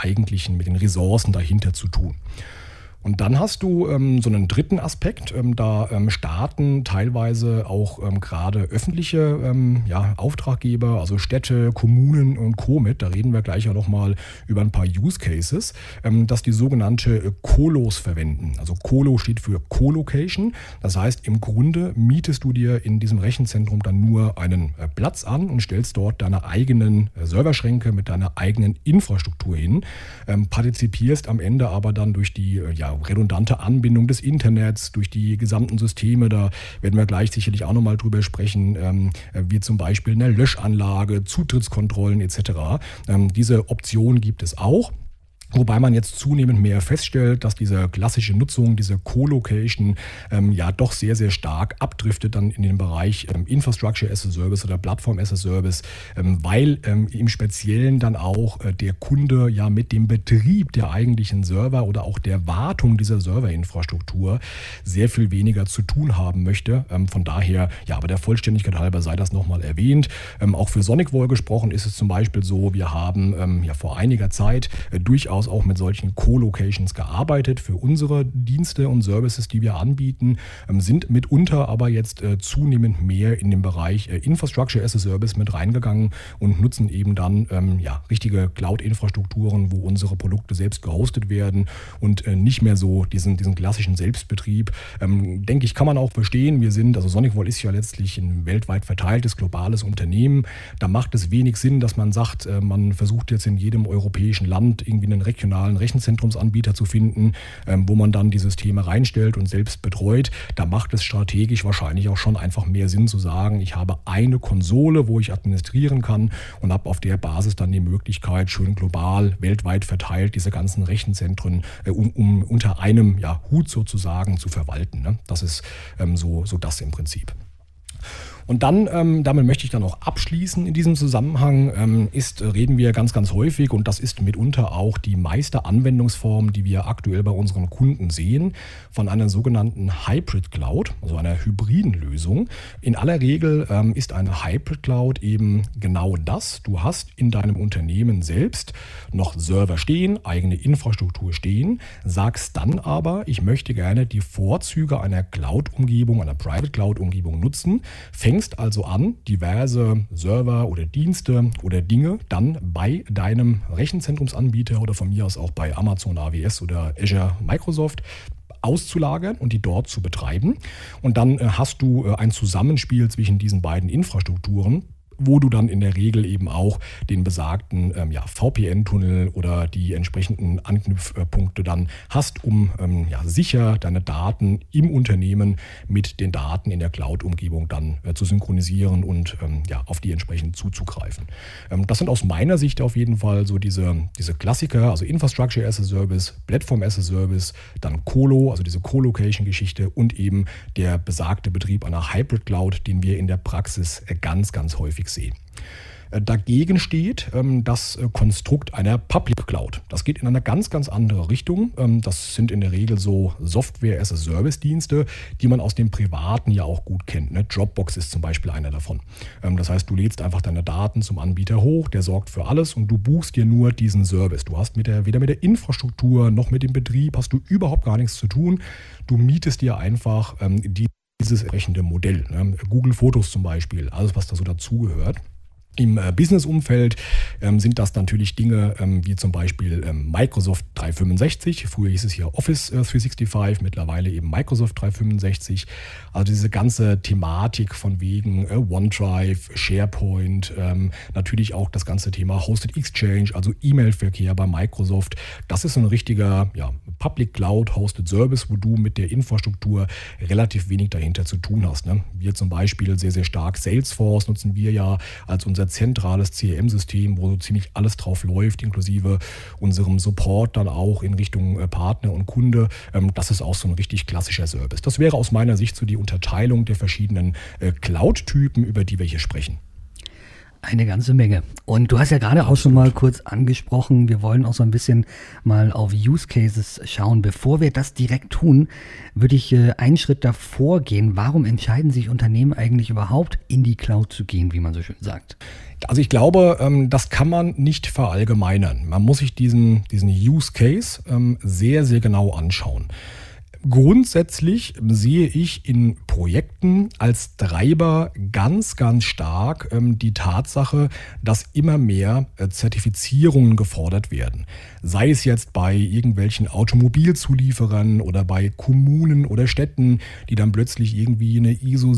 Ressourcen dahinter zu tun. Und dann hast du so einen dritten Aspekt, da starten teilweise auch gerade öffentliche Auftraggeber, also Städte, Kommunen und Co. mit, da reden wir gleich ja nochmal über ein paar Use Cases, dass die sogenannte Colos verwenden. Also Colo steht für Co-Location, das heißt im Grunde mietest du dir in diesem Rechenzentrum dann nur einen Platz an und stellst dort deine eigenen Serverschränke mit deiner eigenen Infrastruktur hin, partizipierst am Ende aber dann durch die redundante Anbindung des Internets, durch die gesamten Systeme, da werden wir gleich sicherlich auch nochmal drüber sprechen, wie zum Beispiel eine Löschanlage, Zutrittskontrollen etc. Diese Option gibt es auch. Wobei man jetzt zunehmend mehr feststellt, dass diese klassische Nutzung, diese Co-Location doch sehr, sehr stark abdriftet dann in den Bereich Infrastructure as a Service oder Plattform as a Service, weil im Speziellen dann auch der Kunde ja mit dem Betrieb der eigentlichen Server oder auch der Wartung dieser Serverinfrastruktur sehr viel weniger zu tun haben möchte. Von daher, aber der Vollständigkeit halber sei das nochmal erwähnt. Auch für SonicVault gesprochen ist es zum Beispiel so, wir haben vor einiger Zeit durchaus auch mit solchen Co-Locations gearbeitet für unsere Dienste und Services, die wir anbieten, sind mitunter aber jetzt zunehmend mehr in den Bereich Infrastructure as a Service mit reingegangen und nutzen eben dann richtige Cloud-Infrastrukturen, wo unsere Produkte selbst gehostet werden und nicht mehr so diesen klassischen Selbstbetrieb. Denke ich, kann man auch verstehen. Also SonicVault ist ja letztlich ein weltweit verteiltes globales Unternehmen. Da macht es wenig Sinn, dass man sagt, man versucht jetzt in jedem europäischen Land irgendwie einen regionalen Rechenzentrumsanbieter zu finden, wo man dann die Systeme reinstellt und selbst betreut. Da macht es strategisch wahrscheinlich auch schon einfach mehr Sinn zu sagen, ich habe eine Konsole, wo ich administrieren kann und habe auf der Basis dann die Möglichkeit, schön global, weltweit verteilt diese ganzen Rechenzentren um unter einem Hut sozusagen zu verwalten. Ne? Das ist so das im Prinzip. Und dann, damit möchte ich dann auch abschließen in diesem Zusammenhang, reden wir ganz, ganz häufig, und das ist mitunter auch die meiste Anwendungsform, die wir aktuell bei unseren Kunden sehen, von einer sogenannten Hybrid Cloud, also einer hybriden Lösung. In aller Regel ist eine Hybrid Cloud eben genau das. Du hast in deinem Unternehmen selbst noch Server stehen, eigene Infrastruktur stehen, sagst dann aber, ich möchte gerne die Vorzüge einer Cloud-Umgebung, einer Private Cloud-Umgebung nutzen, fängst also an, diverse Server oder Dienste oder Dinge dann bei deinem Rechenzentrumsanbieter oder von mir aus auch bei Amazon AWS oder Azure Microsoft auszulagern und die dort zu betreiben. Und dann hast du ein Zusammenspiel zwischen diesen beiden Infrastrukturen, wo du dann in der Regel eben auch den besagten VPN-Tunnel oder die entsprechenden Anknüpfpunkte dann hast, um sicher deine Daten im Unternehmen mit den Daten in der Cloud-Umgebung dann zu synchronisieren und auf die entsprechend zuzugreifen. Das sind aus meiner Sicht auf jeden Fall so diese Klassiker, also Infrastructure as a Service, Platform as a Service, dann Colo, also diese Co-Location-Geschichte und eben der besagte Betrieb einer Hybrid Cloud, den wir in der Praxis ganz, ganz häufig sehen. Dagegen steht das Konstrukt einer Public Cloud. Das geht in eine ganz, ganz andere Richtung. Das sind in der Regel so Software-as-a-Service-Dienste, die man aus dem Privaten ja auch gut kennt. Dropbox ist zum Beispiel einer davon. Das heißt, du lädst einfach deine Daten zum Anbieter hoch, der sorgt für alles und du buchst dir nur diesen Service. Du hast weder mit der Infrastruktur noch mit dem Betrieb hast du überhaupt gar nichts zu tun. Du mietest dir einfach dieses entsprechende Modell. Google Fotos zum Beispiel, alles was da so dazugehört. Im Business-Umfeld sind das natürlich Dinge wie zum Beispiel Microsoft 365. Früher hieß es hier Office 365, mittlerweile eben Microsoft 365. Also diese ganze Thematik von wegen OneDrive, SharePoint, natürlich auch das ganze Thema Hosted Exchange, also E-Mail-Verkehr bei Microsoft. Das ist so ein richtiger Public Cloud Hosted Service, wo du mit der Infrastruktur relativ wenig dahinter zu tun hast. Wir zum Beispiel sehr, sehr stark Salesforce nutzen wir ja als unser zentrales CRM-System, wo so ziemlich alles drauf läuft, inklusive unserem Support dann auch in Richtung Partner und Kunde. Das ist auch so ein richtig klassischer Service. Das wäre aus meiner Sicht so die Unterteilung der verschiedenen Cloud-Typen, über die wir hier sprechen. Eine ganze Menge. Und du hast ja gerade auch schon mal kurz angesprochen, wir wollen auch so ein bisschen mal auf Use Cases schauen. Bevor wir das direkt tun, würde ich einen Schritt davor gehen. Warum entscheiden sich Unternehmen eigentlich überhaupt, in die Cloud zu gehen, wie man so schön sagt? Also ich glaube, das kann man nicht verallgemeinern. Man muss sich diesen Use Case sehr, sehr genau anschauen. Grundsätzlich sehe ich in Projekten als Treiber ganz, ganz stark die Tatsache, dass immer mehr Zertifizierungen gefordert werden. Sei es jetzt bei irgendwelchen Automobilzulieferern oder bei Kommunen oder Städten, die dann plötzlich irgendwie eine ISO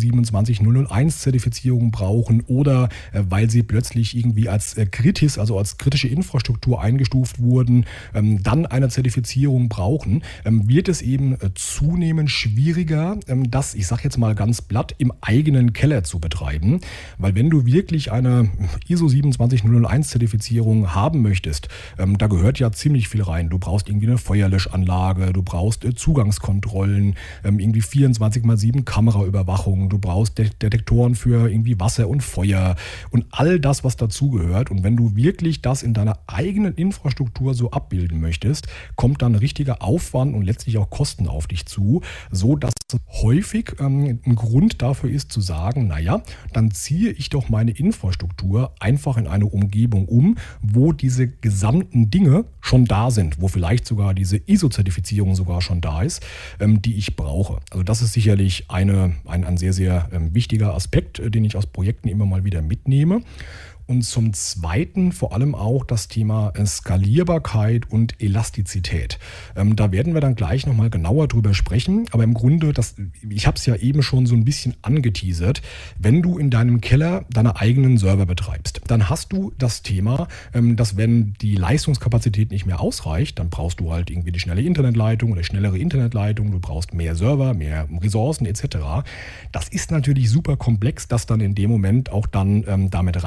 27001 Zertifizierung brauchen oder weil sie plötzlich irgendwie als kritisch, also als kritische Infrastruktur eingestuft wurden, dann eine Zertifizierung brauchen, wird es eben zunehmend schwieriger, das, ich sage jetzt mal ganz platt, im eigenen Keller zu betreiben. Weil wenn du wirklich eine ISO 27001 Zertifizierung haben möchtest, da gehört ja ziemlich viel rein. Du brauchst irgendwie eine Feuerlöschanlage, du brauchst Zugangskontrollen, irgendwie 24x7 Kameraüberwachung, du brauchst Detektoren für irgendwie Wasser und Feuer und all das, was dazugehört. Und wenn du wirklich das in deiner eigenen Infrastruktur so abbilden möchtest, kommt dann richtiger Aufwand und letztlich auch Kosten auf dich zu, so dass häufig ein Grund dafür ist zu sagen, naja, dann ziehe ich doch meine Infrastruktur einfach in eine Umgebung um, wo diese gesamten Dinge schon da sind, wo vielleicht sogar diese ISO-Zertifizierung sogar schon da ist, die ich brauche. Also das ist sicherlich ein sehr, sehr wichtiger Aspekt, den ich aus Projekten immer mal wieder mitnehme. Und zum Zweiten vor allem auch das Thema Skalierbarkeit und Elastizität. Da werden wir dann gleich nochmal genauer drüber sprechen. Aber im Grunde, ich habe es ja eben schon so ein bisschen angeteasert, wenn du in deinem Keller deine eigenen Server betreibst, dann hast du das Thema, dass wenn die Leistungskapazität nicht mehr ausreicht, dann brauchst du halt irgendwie die schnelle Internetleitung oder schnellere Internetleitung, du brauchst mehr Server, mehr Ressourcen etc. Das ist natürlich super komplex, das dann in dem Moment auch dann damit reinzubekommen.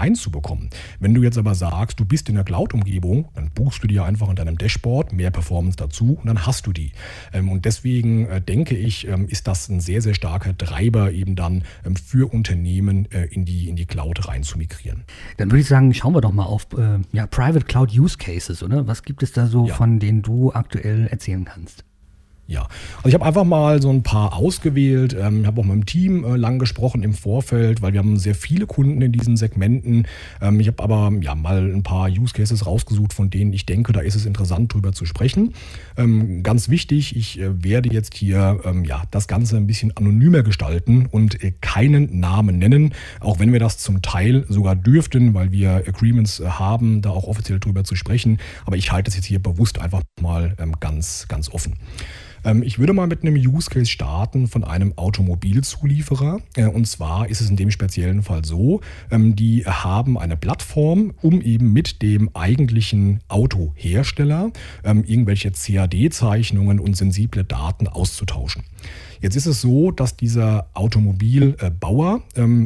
bekommen. Wenn du jetzt aber sagst, du bist in der Cloud-Umgebung, dann buchst du dir einfach in deinem Dashboard mehr Performance dazu und dann hast du die. Und deswegen denke ich, ist das ein sehr, sehr starker Treiber eben dann für Unternehmen in die Cloud rein zu migrieren. Dann würde ich sagen, schauen wir doch mal auf Private Cloud Use Cases, oder? Was gibt es da so, von denen du aktuell erzählen kannst? Ja, also ich habe einfach mal so ein paar ausgewählt. Ich habe auch mit dem Team lang gesprochen im Vorfeld, weil wir haben sehr viele Kunden in diesen Segmenten. Ich habe aber mal ein paar Use Cases rausgesucht, von denen ich denke, da ist es interessant, drüber zu sprechen. Ganz wichtig, ich werde jetzt hier das Ganze ein bisschen anonymer gestalten und keinen Namen nennen, auch wenn wir das zum Teil sogar dürften, weil wir Agreements haben, da auch offiziell drüber zu sprechen. Aber ich halte es jetzt hier bewusst einfach mal ganz, ganz offen. Ich würde mal mit einem Use Case starten von einem Automobilzulieferer. Und zwar ist es in dem speziellen Fall so, die haben eine Plattform, um eben mit dem eigentlichen Autohersteller irgendwelche CAD-Zeichnungen und sensible Daten auszutauschen. Jetzt ist es so, dass dieser Automobilbauer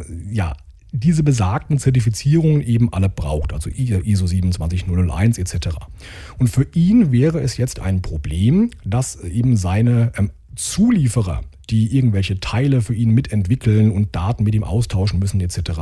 diese besagten Zertifizierungen eben alle braucht, also ISO 27001 etc. Und für ihn wäre es jetzt ein Problem, dass eben seine Zulieferer, die irgendwelche Teile für ihn mitentwickeln und Daten mit ihm austauschen müssen etc.,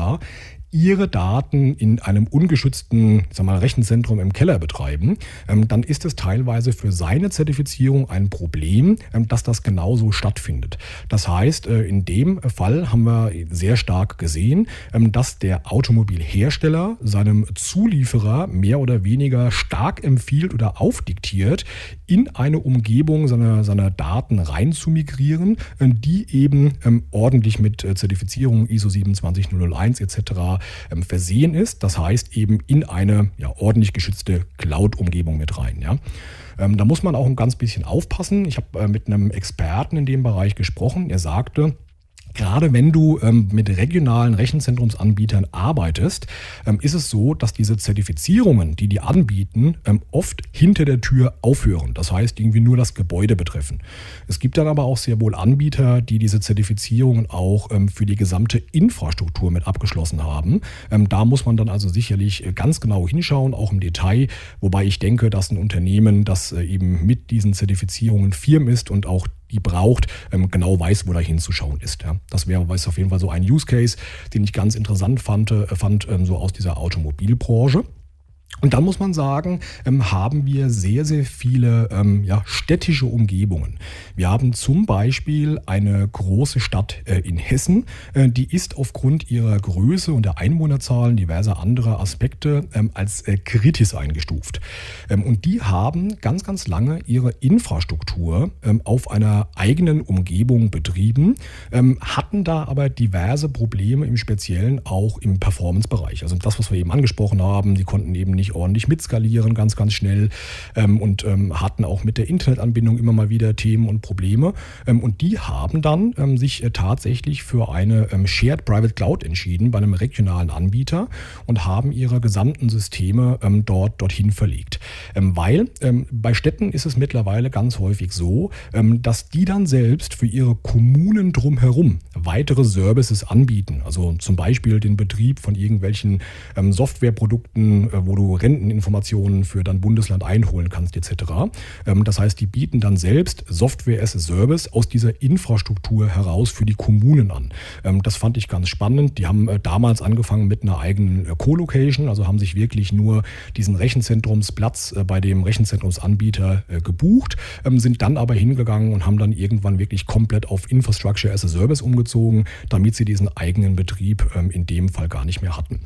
ihre Daten in einem ungeschützten Rechenzentrum im Keller betreiben, dann ist es teilweise für seine Zertifizierung ein Problem, dass das genauso stattfindet. Das heißt, in dem Fall haben wir sehr stark gesehen, dass der Automobilhersteller seinem Zulieferer mehr oder weniger stark empfiehlt oder aufdiktiert, in eine Umgebung seiner Daten rein zu migrieren, die eben ordentlich mit Zertifizierung ISO 27001 etc. versehen ist. Das heißt eben in eine ordentlich geschützte Cloud-Umgebung mit rein. Ja. Da muss man auch ein ganz bisschen aufpassen. Ich habe mit einem Experten in dem Bereich gesprochen. Er sagte, gerade wenn du mit regionalen Rechenzentrumsanbietern arbeitest, ist es so, dass diese Zertifizierungen, die anbieten, oft hinter der Tür aufhören. Das heißt, irgendwie nur das Gebäude betreffen. Es gibt dann aber auch sehr wohl Anbieter, die diese Zertifizierungen auch für die gesamte Infrastruktur mit abgeschlossen haben. Da muss man dann also sicherlich ganz genau hinschauen, auch im Detail. Wobei ich denke, dass ein Unternehmen, das eben mit diesen Zertifizierungen firm ist und auch die braucht, genau weiß, wo da hinzuschauen ist. Ja. Das wäre auf jeden Fall so ein Use Case, den ich ganz interessant fand so aus dieser Automobilbranche. Und dann muss man sagen, haben wir sehr, sehr viele städtische Umgebungen. Wir haben zum Beispiel eine große Stadt in Hessen, die ist aufgrund ihrer Größe und der Einwohnerzahlen diverser anderer Aspekte als kritisch eingestuft. Und die haben ganz, ganz lange ihre Infrastruktur auf einer eigenen Umgebung betrieben, hatten da aber diverse Probleme im Speziellen auch im Performance-Bereich. Also das, was wir eben angesprochen haben, die konnten eben nicht ordentlich mitskalieren, ganz, ganz schnell und hatten auch mit der Internetanbindung immer mal wieder Themen und Probleme. Und die haben dann sich tatsächlich für eine Shared Private Cloud entschieden bei einem regionalen Anbieter und haben ihre gesamten Systeme dorthin verlegt. Weil bei Städten ist es mittlerweile ganz häufig so, dass die dann selbst für ihre Kommunen drumherum weitere Services anbieten. Also zum Beispiel den Betrieb von irgendwelchen Softwareprodukten, wo du Renteninformationen für dein Bundesland einholen kannst etc. Das heißt, die bieten dann selbst Software as a Service aus dieser Infrastruktur heraus für die Kommunen an. Das fand ich ganz spannend. Die haben damals angefangen mit einer eigenen Co-Location, also haben sich wirklich nur diesen Rechenzentrumsplatz bei dem Rechenzentrumsanbieter gebucht, sind dann aber hingegangen und haben dann irgendwann wirklich komplett auf Infrastructure as a Service umgezogen, damit sie diesen eigenen Betrieb in dem Fall gar nicht mehr hatten.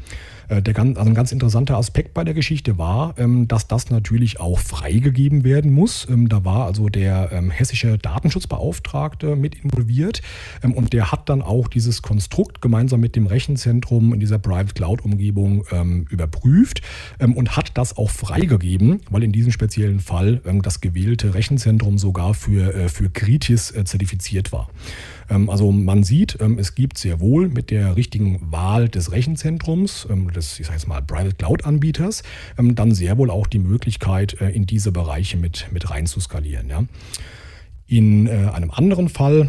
Ein ganz interessanter Aspekt bei der Geschichte war, dass das natürlich auch freigegeben werden muss. Da war also der hessische Datenschutzbeauftragte mit involviert und der hat dann auch dieses Konstrukt gemeinsam mit dem Rechenzentrum in dieser Private Cloud-Umgebung überprüft und hat das auch freigegeben, weil in diesem speziellen Fall das gewählte Rechenzentrum sogar für Kritis zertifiziert war. Also man sieht, es gibt sehr wohl mit der richtigen Wahl des Rechenzentrums, des, ich sage jetzt mal, Private Cloud-Anbieters, dann sehr wohl auch die Möglichkeit, in diese Bereiche mit rein zu skalieren. Ja. In einem anderen Fall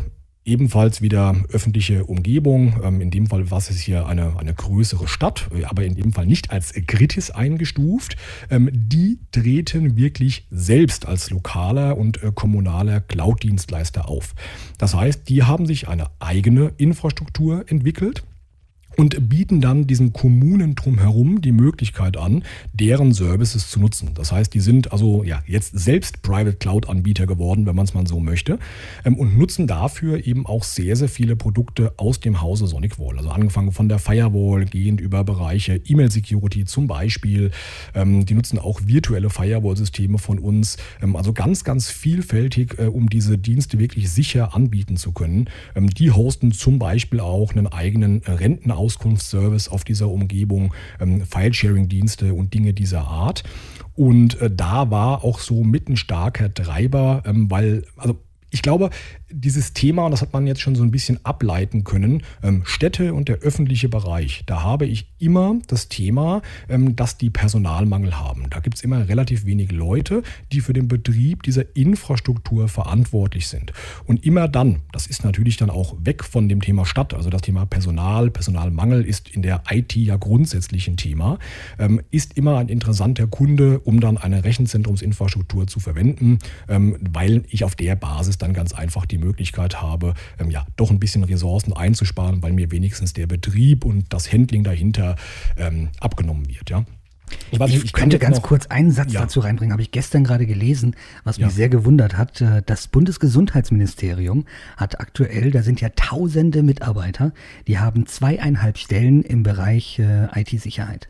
Ebenfalls wieder öffentliche Umgebung, in dem Fall war es hier eine größere Stadt, aber in dem Fall nicht als Kritis eingestuft. Die treten wirklich selbst als lokaler und kommunaler Cloud-Dienstleister auf. Das heißt, die haben sich eine eigene Infrastruktur entwickelt und bieten dann diesen Kommunen drumherum die Möglichkeit an, deren Services zu nutzen. Das heißt, die sind also jetzt selbst Private Cloud-Anbieter geworden, wenn man es mal so möchte, und nutzen dafür eben auch sehr, sehr viele Produkte aus dem Hause SonicWall. Also angefangen von der Firewall, gehend über Bereiche E-Mail-Security zum Beispiel. Die nutzen auch virtuelle Firewall-Systeme von uns. Also ganz, ganz vielfältig, um diese Dienste wirklich sicher anbieten zu können. Die hosten zum Beispiel auch einen eigenen Rentenauskunftsservice auf dieser Umgebung, File-Sharing-Dienste und Dinge dieser Art. Und da war auch so mit ein starker Treiber, weil, also ich glaube, dieses Thema, und das hat man jetzt schon so ein bisschen ableiten können, Städte und der öffentliche Bereich, da habe ich immer das Thema, dass die Personalmangel haben. Da gibt es immer relativ wenig Leute, die für den Betrieb dieser Infrastruktur verantwortlich sind. Und immer dann, das ist natürlich dann auch weg von dem Thema Stadt, also das Thema Personalmangel ist in der IT ja grundsätzlich ein Thema, ist immer ein interessanter Kunde, um dann eine Rechenzentrumsinfrastruktur zu verwenden, weil ich auf der Basis dann ganz einfach die Möglichkeit habe, doch ein bisschen Ressourcen einzusparen, weil mir wenigstens der Betrieb und das Handling dahinter abgenommen wird. Ja. Ich könnte ganz kurz einen Satz dazu reinbringen, habe ich gestern gerade gelesen, was mich sehr gewundert hat. Das Bundesgesundheitsministerium hat aktuell, da sind ja tausende Mitarbeiter, die haben 2,5 Stellen im Bereich IT-Sicherheit.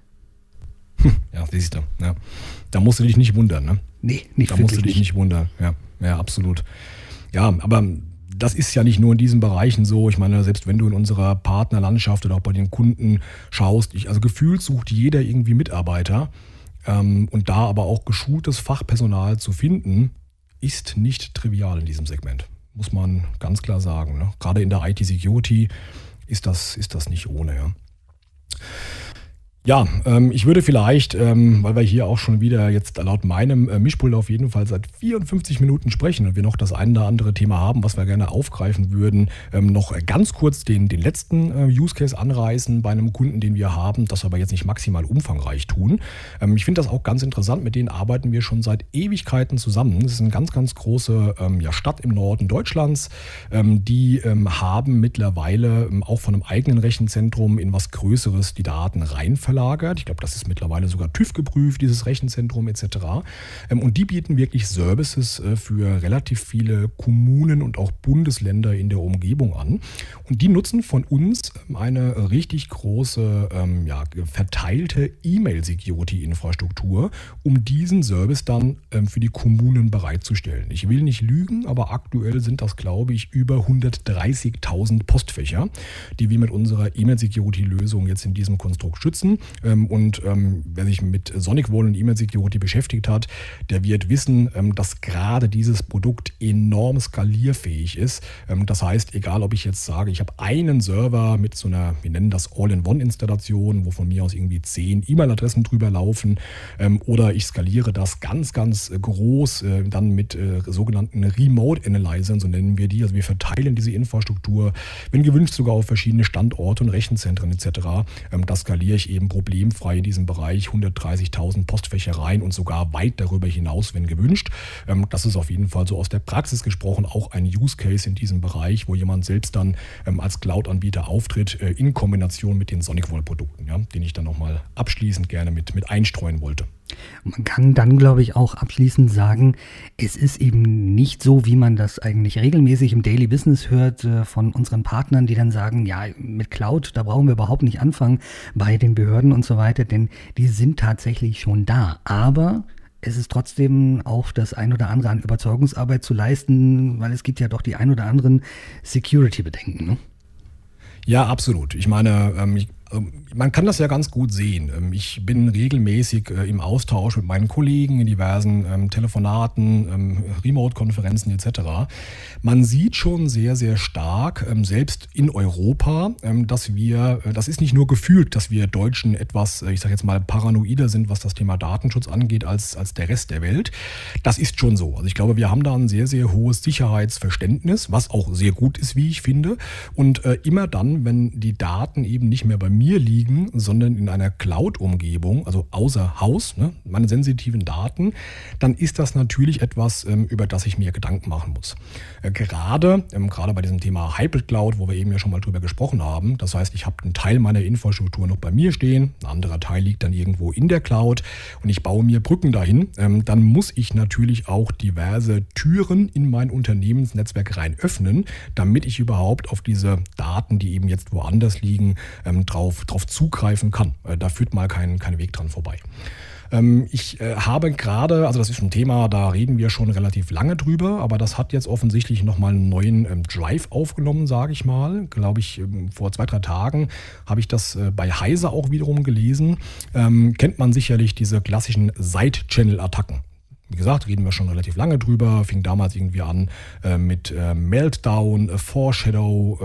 Ja, siehst du. Ja. Da musst du dich nicht wundern, ne? Nee, nicht da musst du dich nicht wundern. Ja, absolut. Ja, aber das ist ja nicht nur in diesen Bereichen so. Ich meine, selbst wenn du in unserer Partnerlandschaft oder auch bei den Kunden schaust, also gefühlt sucht jeder irgendwie Mitarbeiter und da aber auch geschultes Fachpersonal zu finden, ist nicht trivial in diesem Segment. Muss man ganz klar sagen. Ne? Gerade in der IT-Security ist das nicht ohne. Ja. Ja, ich würde vielleicht, weil wir hier auch schon wieder jetzt laut meinem Mischpult auf jeden Fall seit 54 Minuten sprechen und wir noch das eine oder andere Thema haben, was wir gerne aufgreifen würden, noch ganz kurz den letzten Use Case anreißen bei einem Kunden, den wir haben, das aber jetzt nicht maximal umfangreich tun. Ich finde das auch ganz interessant, mit denen arbeiten wir schon seit Ewigkeiten zusammen. Das ist eine ganz, ganz große Stadt im Norden Deutschlands. Die haben mittlerweile auch von einem eigenen Rechenzentrum in was Größeres die Daten reinverlagert. Ich glaube, das ist mittlerweile sogar TÜV geprüft, dieses Rechenzentrum etc. Und die bieten wirklich Services für relativ viele Kommunen und auch Bundesländer in der Umgebung an. Und die nutzen von uns eine richtig große, verteilte E-Mail-Security-Infrastruktur, um diesen Service dann für die Kommunen bereitzustellen. Ich will nicht lügen, aber aktuell sind das, glaube ich, über 130.000 Postfächer, die wir mit unserer E-Mail-Security-Lösung jetzt in diesem Konstrukt schützen. Und wer sich mit SonicWall und E-Mail-Security beschäftigt hat, der wird wissen, dass gerade dieses Produkt enorm skalierfähig ist. Das heißt, egal ob ich jetzt sage, ich habe einen Server mit so einer, wir nennen das All-in-One-Installation, wo von mir aus irgendwie 10 E-Mail-Adressen drüber laufen, oder ich skaliere das ganz, ganz groß dann mit sogenannten Remote-Analyzern, so nennen wir die. Also wir verteilen diese Infrastruktur, wenn gewünscht sogar auf verschiedene Standorte und Rechenzentren etc. Das skaliere ich eben problemfrei in diesem Bereich 130.000 Postfächer rein und sogar weit darüber hinaus, wenn gewünscht. Das ist auf jeden Fall so aus der Praxis gesprochen auch ein Use Case in diesem Bereich, wo jemand selbst dann als Cloud-Anbieter auftritt in Kombination mit den SonicWall-Produkten, den ich dann nochmal abschließend gerne mit einstreuen wollte. Man kann dann, glaube ich, auch abschließend sagen, es ist eben nicht so, wie man das eigentlich regelmäßig im Daily Business hört von unseren Partnern, die dann sagen, ja, mit Cloud, da brauchen wir überhaupt nicht anfangen bei den Behörden und so weiter, denn die sind tatsächlich schon da. Aber es ist trotzdem auch das ein oder andere an Überzeugungsarbeit zu leisten, weil es gibt ja doch die ein oder anderen Security-Bedenken, ne? Ja, absolut. Ich meine, Man kann das ja ganz gut sehen. Ich bin regelmäßig im Austausch mit meinen Kollegen in diversen Telefonaten, Remote-Konferenzen etc. Man sieht schon sehr, sehr stark, selbst in Europa, das ist nicht nur gefühlt, dass wir Deutschen etwas, ich sage jetzt mal, paranoider sind, was das Thema Datenschutz angeht, als der Rest der Welt. Das ist schon so. Also ich glaube, wir haben da ein sehr, sehr hohes Sicherheitsverständnis, was auch sehr gut ist, wie ich finde. Und immer dann, wenn die Daten eben nicht mehr bei mir liegen, sondern in einer Cloud-Umgebung, also außer Haus, ne, meine sensitiven Daten, dann ist das natürlich etwas, über das ich mir Gedanken machen muss. Gerade bei diesem Thema Hybrid Cloud, wo wir eben ja schon mal drüber gesprochen haben, das heißt, ich habe einen Teil meiner Infrastruktur noch bei mir stehen, ein anderer Teil liegt dann irgendwo in der Cloud und ich baue mir Brücken dahin, dann muss ich natürlich auch diverse Türen in mein Unternehmensnetzwerk rein öffnen, damit ich überhaupt auf diese Daten, die eben jetzt woanders liegen, drauf zugreifen kann. Da führt mal kein Weg dran vorbei. Ich habe gerade, also das ist ein Thema, da reden wir schon relativ lange drüber, aber das hat jetzt offensichtlich nochmal einen neuen Drive aufgenommen, sage ich mal. Glaube ich, vor 2-3 Tagen habe ich das bei Heise auch wiederum gelesen. Kennt man sicherlich diese klassischen Side-Channel-Attacken. Wie gesagt, reden wir schon relativ lange drüber. Fing damals irgendwie an mit Meltdown, Foreshadow,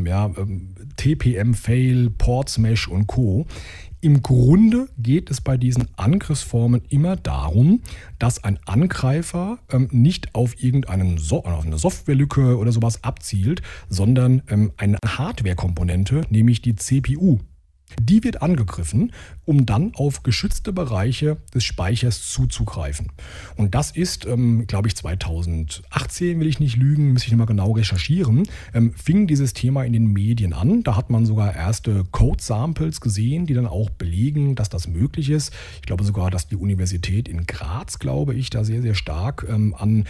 TPM-Fail, Port Smash und Co. Im Grunde geht es bei diesen Angriffsformen immer darum, dass ein Angreifer nicht auf irgendeine Softwarelücke oder sowas abzielt, sondern eine Hardware-Komponente, nämlich die CPU. Die wird angegriffen, um dann auf geschützte Bereiche des Speichers zuzugreifen. Und das ist, glaube ich, 2018, will ich nicht lügen, muss ich nochmal genau recherchieren, fing dieses Thema in den Medien an. Da hat man sogar erste Code-Samples gesehen, die dann auch belegen, dass das möglich ist. Ich glaube sogar, dass die Universität in Graz, glaube ich, da sehr, sehr stark an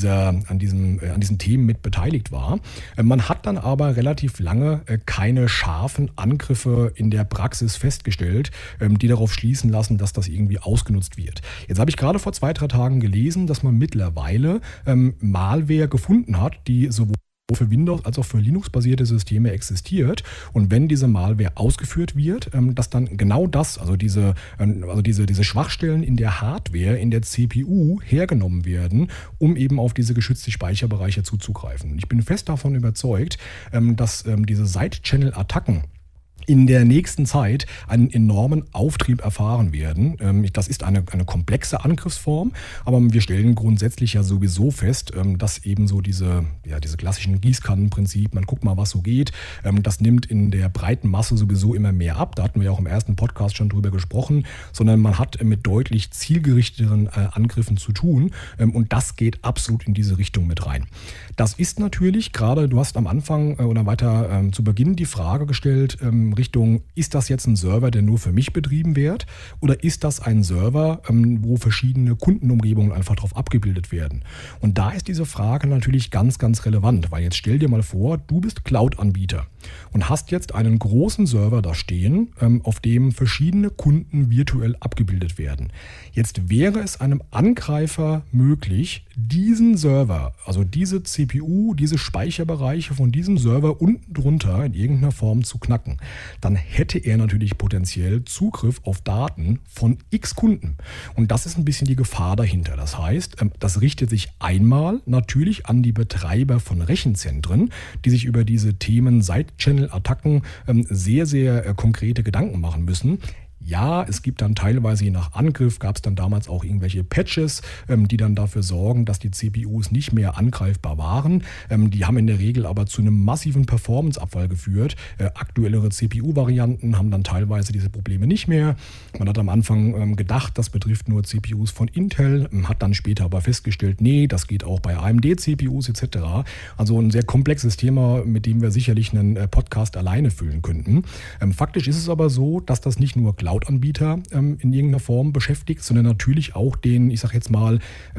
diesen Themen mit beteiligt war. Man hat dann aber relativ lange keine scharfen Angriffe in der Praxis festgestellt, die darauf schließen lassen, dass das irgendwie ausgenutzt wird. Jetzt habe ich gerade vor 2-3 Tagen gelesen, dass man mittlerweile Malware gefunden hat, die sowohl für Windows als auch für Linux-basierte Systeme existiert. Und wenn diese Malware ausgeführt wird, dass dann genau das, also diese Schwachstellen in der Hardware, in der CPU hergenommen werden, um eben auf diese geschützten Speicherbereiche zuzugreifen. Und ich bin fest davon überzeugt, dass diese Side-Channel-Attacken in der nächsten Zeit einen enormen Auftrieb erfahren werden. Das ist eine komplexe Angriffsform, aber wir stellen grundsätzlich ja sowieso fest, dass eben so diese klassischen Gießkannenprinzip, man guckt mal, was so geht, das nimmt in der breiten Masse sowieso immer mehr ab. Da hatten wir ja auch im ersten Podcast schon drüber gesprochen, sondern man hat mit deutlich zielgerichteten Angriffen zu tun und das geht absolut in diese Richtung mit rein. Das ist natürlich gerade, du hast am Anfang oder weiter zu Beginn die Frage gestellt, Richtung, ist das jetzt ein Server, der nur für mich betrieben wird, oder ist das ein Server, wo verschiedene Kundenumgebungen einfach drauf abgebildet werden? Und da ist diese Frage natürlich ganz, ganz relevant, weil jetzt stell dir mal vor, du bist Cloud-Anbieter und hast jetzt einen großen Server da stehen, auf dem verschiedene Kunden virtuell abgebildet werden. Jetzt wäre es einem Angreifer möglich, diesen Server, also diese CPU, diese Speicherbereiche von diesem Server unten drunter in irgendeiner Form zu knacken. Dann hätte er natürlich potenziell Zugriff auf Daten von x Kunden. Und das ist ein bisschen die Gefahr dahinter. Das heißt, das richtet sich einmal natürlich an die Betreiber von Rechenzentren, die sich über diese Themen Side-Channel-Attacken sehr, sehr konkrete Gedanken machen müssen. Ja, es gibt dann teilweise, je nach Angriff, gab es dann damals auch irgendwelche Patches, die dann dafür sorgen, dass die CPUs nicht mehr angreifbar waren. Die haben in der Regel aber zu einem massiven Performance-Abfall geführt. Aktuellere CPU-Varianten haben dann teilweise diese Probleme nicht mehr. Man hat am Anfang gedacht, das betrifft nur CPUs von Intel, hat dann später aber festgestellt, nee, das geht auch bei AMD-CPUs etc. Also ein sehr komplexes Thema, mit dem wir sicherlich einen Podcast alleine füllen könnten. Faktisch ist es aber so, dass das nicht nur Cloud-Anbieter in irgendeiner Form beschäftigt, sondern natürlich auch den, ich sage jetzt mal,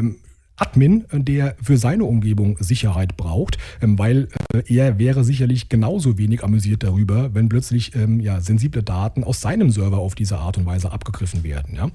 Admin, der für seine Umgebung Sicherheit braucht, weil er wäre sicherlich genauso wenig amüsiert darüber, wenn plötzlich sensible Daten aus seinem Server auf diese Art und Weise abgegriffen werden. Ja?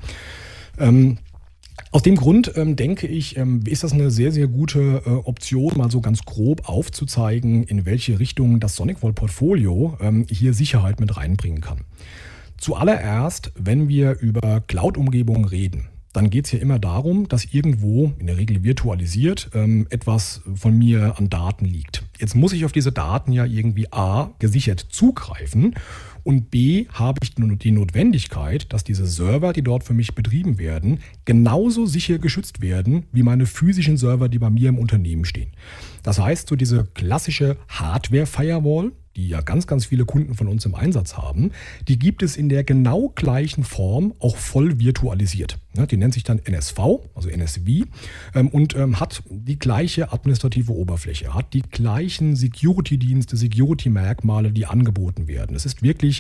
Aus dem Grund denke ich, ist das eine sehr, sehr gute Option, mal so ganz grob aufzuzeigen, in welche Richtung das SonicWall-Portfolio hier Sicherheit mit reinbringen kann. Zuallererst, wenn wir über Cloud-Umgebungen reden, dann geht es ja immer darum, dass irgendwo, in der Regel virtualisiert, etwas von mir an Daten liegt. Jetzt muss ich auf diese Daten ja irgendwie A, gesichert zugreifen und B, habe ich die Notwendigkeit, dass diese Server, die dort für mich betrieben werden, genauso sicher geschützt werden wie meine physischen Server, die bei mir im Unternehmen stehen. Das heißt, so diese klassische Hardware-Firewall, die ja ganz, ganz viele Kunden von uns im Einsatz haben, die gibt es in der genau gleichen Form auch voll virtualisiert. Die nennt sich dann NSV, also NSV, und hat die gleiche administrative Oberfläche, hat die gleichen Security-Dienste, Security-Merkmale, die angeboten werden. Es ist wirklich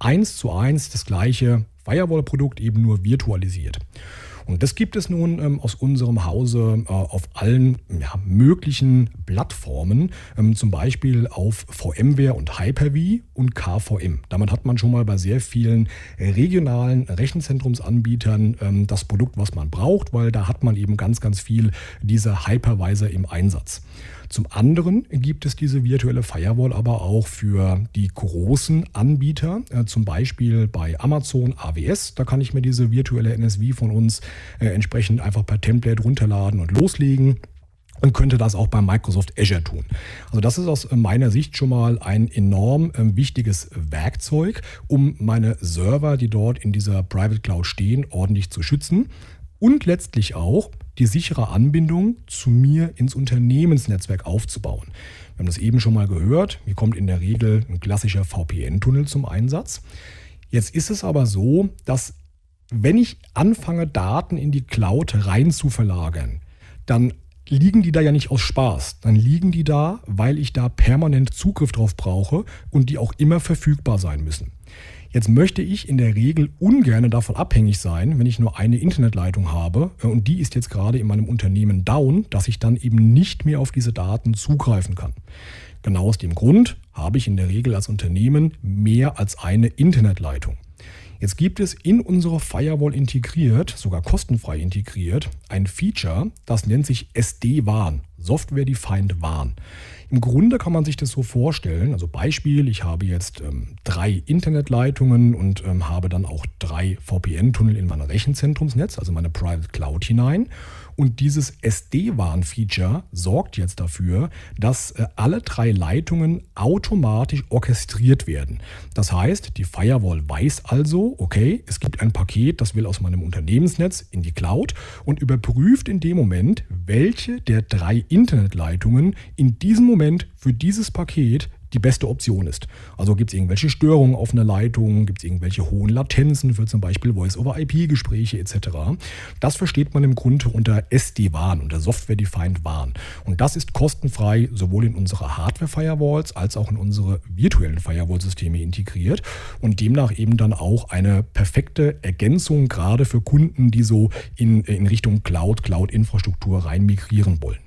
1:1 das gleiche Firewall-Produkt, eben nur virtualisiert. Und das gibt es nun aus unserem Hause auf allen möglichen Plattformen, zum Beispiel auf VMware und Hyper-V und KVM. Damit hat man schon mal bei sehr vielen regionalen Rechenzentrumsanbietern das Produkt, was man braucht, weil da hat man eben ganz, ganz viel dieser Hypervisor im Einsatz. Zum anderen gibt es diese virtuelle Firewall aber auch für die großen Anbieter, zum Beispiel bei Amazon AWS. Da kann ich mir diese virtuelle NSV von uns entsprechend einfach per Template runterladen und loslegen. Und könnte das auch bei Microsoft Azure tun. Also das ist aus meiner Sicht schon mal ein enorm wichtiges Werkzeug, um meine Server, die dort in dieser Private Cloud stehen, ordentlich zu schützen. Und letztlich auch die sichere Anbindung zu mir ins Unternehmensnetzwerk aufzubauen. Wir haben das eben schon mal gehört. Hier kommt in der Regel ein klassischer VPN-Tunnel zum Einsatz. Jetzt ist es aber so, dass wenn ich anfange, Daten in die Cloud rein zu verlagern, dann liegen die da ja nicht aus Spaß. Dann liegen die da, weil ich da permanent Zugriff drauf brauche und die auch immer verfügbar sein müssen. Jetzt möchte ich in der Regel ungern davon abhängig sein, wenn ich nur eine Internetleitung habe und die ist jetzt gerade in meinem Unternehmen down, dass ich dann eben nicht mehr auf diese Daten zugreifen kann. Genau aus dem Grund habe ich in der Regel als Unternehmen mehr als eine Internetleitung. Jetzt gibt es in unsere Firewall integriert, sogar kostenfrei integriert, ein Feature, das nennt sich SD-WAN, Software Defined WAN. Im Grunde kann man sich das so vorstellen, also Beispiel, ich habe jetzt 3 Internetleitungen und habe dann auch 3 VPN-Tunnel in mein Rechenzentrumsnetz, also meine Private Cloud hinein. Und dieses SD-WAN-Feature sorgt jetzt dafür, dass alle 3 Leitungen automatisch orchestriert werden. Das heißt, die Firewall weiß also, okay, es gibt ein Paket, das will aus meinem Unternehmensnetz in die Cloud und überprüft in dem Moment, welche der 3 Internetleitungen in diesem Moment für dieses Paket die beste Option ist. Also gibt es irgendwelche Störungen auf einer Leitung, gibt es irgendwelche hohen Latenzen für zum Beispiel Voice-over-IP-Gespräche etc. Das versteht man im Grunde unter SD-WAN, unter Software-Defined WAN. Und das ist kostenfrei sowohl in unsere Hardware-Firewalls als auch in unsere virtuellen Firewall-Systeme integriert und demnach eben dann auch eine perfekte Ergänzung gerade für Kunden, die so in Richtung Cloud-Infrastruktur rein migrieren wollen.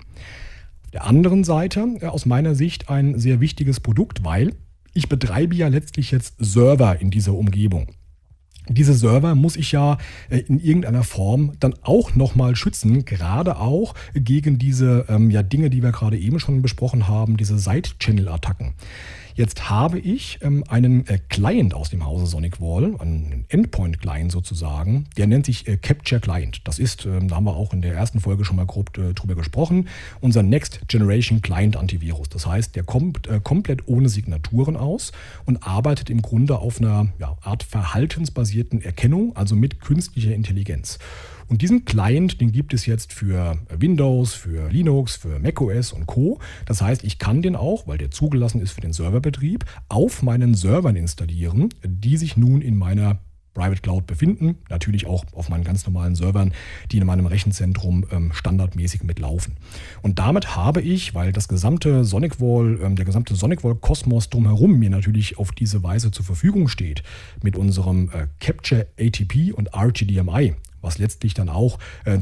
Der anderen Seite aus meiner Sicht ein sehr wichtiges Produkt, weil ich betreibe ja letztlich jetzt Server in dieser Umgebung. Diese Server muss ich ja in irgendeiner Form dann auch nochmal schützen, gerade auch gegen diese Dinge, die wir gerade eben schon besprochen haben, diese Side-Channel-Attacken. Jetzt habe ich einen Client aus dem Hause SonicWall, einen Endpoint-Client sozusagen, der nennt sich Capture Client. Das ist, da haben wir auch in der ersten Folge schon mal grob drüber gesprochen, unser Next Generation Client Antivirus. Das heißt, der kommt komplett ohne Signaturen aus und arbeitet im Grunde auf einer Art verhaltensbasierten Erkennung, also mit künstlicher Intelligenz. Und diesen Client, den gibt es jetzt für Windows, für Linux, für macOS und Co. Das heißt, ich kann den auch, weil der zugelassen ist für den Serverbetrieb, auf meinen Servern installieren, die sich nun in meiner Private Cloud befinden. Natürlich auch auf meinen ganz normalen Servern, die in meinem Rechenzentrum standardmäßig mitlaufen. Und damit habe ich, weil das gesamte SonicWall, der gesamte SonicWall-Kosmos drumherum mir natürlich auf diese Weise zur Verfügung steht, mit unserem Capture ATP und RTDMI, was letztlich dann auch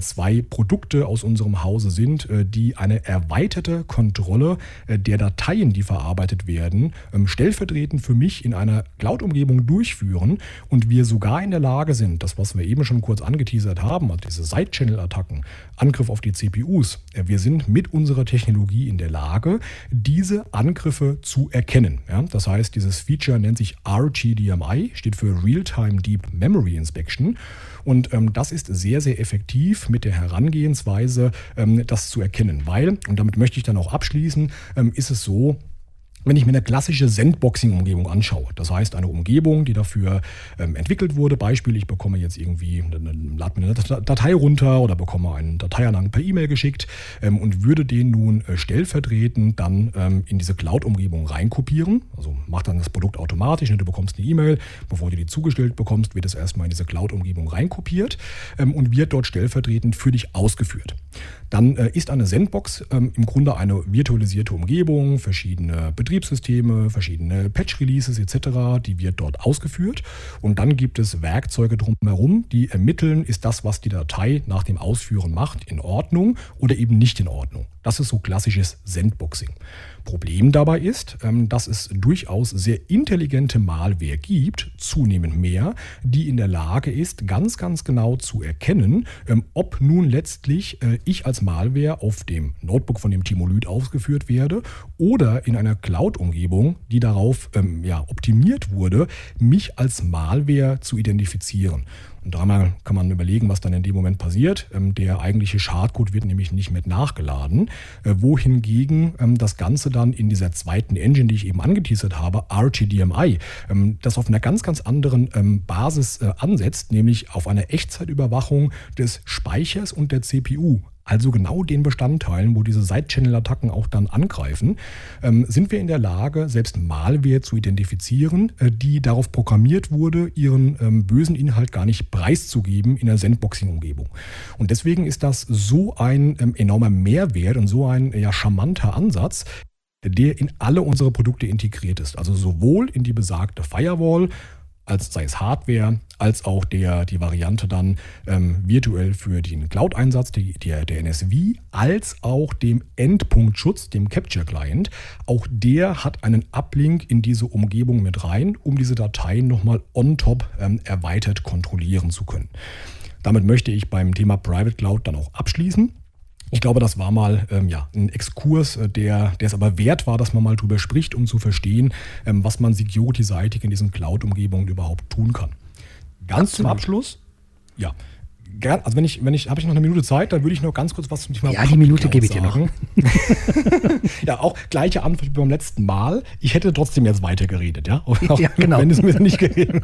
2 Produkte aus unserem Hause sind, die eine erweiterte Kontrolle der Dateien, die verarbeitet werden, stellvertretend für mich in einer Cloud-Umgebung durchführen und wir sogar in der Lage sind, das, was wir eben schon kurz angeteasert haben, also diese Side-Channel-Attacken, Angriff auf die CPUs, wir sind mit unserer Technologie in der Lage, diese Angriffe zu erkennen. Ja, das heißt, dieses Feature nennt sich RTDMI, steht für Real-Time Deep Memory Inspection. Und das ist sehr, sehr effektiv mit der Herangehensweise, das zu erkennen. Weil, und damit möchte ich dann auch abschließen, ist es so, wenn ich mir eine klassische Sandboxing-Umgebung anschaue, das heißt eine Umgebung, die dafür entwickelt wurde, Beispiel, ich bekomme jetzt irgendwie, lade mir eine Datei runter oder bekomme einen Dateianhang per E-Mail geschickt und würde den nun stellvertretend dann in diese Cloud-Umgebung reinkopieren, also macht dann das Produkt automatisch, du bekommst eine E-Mail, bevor du die zugestellt bekommst, wird es erstmal in diese Cloud-Umgebung reinkopiert und wird dort stellvertretend für dich ausgeführt. Dann ist eine Sandbox im Grunde eine virtualisierte Umgebung, verschiedene Betriebssysteme, verschiedene Patch-Releases etc., die wird dort ausgeführt. Und dann gibt es Werkzeuge drumherum, die ermitteln, ist das, was die Datei nach dem Ausführen macht, in Ordnung oder eben nicht in Ordnung. Das ist so klassisches Sandboxing. Problem dabei ist, dass es durchaus sehr intelligente Malware gibt, zunehmend mehr, die in der Lage ist, ganz, ganz genau zu erkennen, ob nun letztlich ich als Malware auf dem Notebook von dem Timo Lüth ausgeführt werde oder in einer Cloud-Umgebung, die darauf optimiert wurde, mich als Malware zu identifizieren. Und dreimal kann man überlegen, was dann in dem Moment passiert. Der eigentliche Schadcode wird nämlich nicht mit nachgeladen, wohingegen das Ganze dann in dieser zweiten Engine, die ich eben angeteasert habe, RTDMI, das auf einer ganz, ganz anderen Basis ansetzt, nämlich auf einer Echtzeitüberwachung des Speichers und der CPU. Also genau den Bestandteilen, wo diese Side-Channel-Attacken auch dann angreifen, sind wir in der Lage, selbst Malware zu identifizieren, die darauf programmiert wurde, ihren bösen Inhalt gar nicht preiszugeben in der Sandboxing-Umgebung. Und deswegen ist das so ein enormer Mehrwert und so ein charmanter Ansatz, der in alle unsere Produkte integriert ist. Also sowohl in die besagte Firewall, als sei es Hardware, als auch die Variante dann virtuell für den Cloud-Einsatz, der NSV, als auch dem Endpunktschutz, dem Capture-Client. Auch der hat einen Uplink in diese Umgebung mit rein, um diese Dateien nochmal on top erweitert kontrollieren zu können. Damit möchte ich beim Thema Private Cloud dann auch abschließen. Ich glaube, das war mal ein Exkurs, der es aber wert war, dass man mal drüber spricht, um zu verstehen, was man security-seitig in diesen Cloud-Umgebungen überhaupt tun kann. Ganz zum Abschluss, ja, also habe ich noch eine Minute Zeit, dann würde ich noch ganz kurz was zum Thema die Minute gebe ich dir noch. Ja, auch gleiche Antwort wie beim letzten Mal. Ich hätte trotzdem jetzt weiter geredet, ja? Auch ja, genau. Wenn es mir nicht gegeben.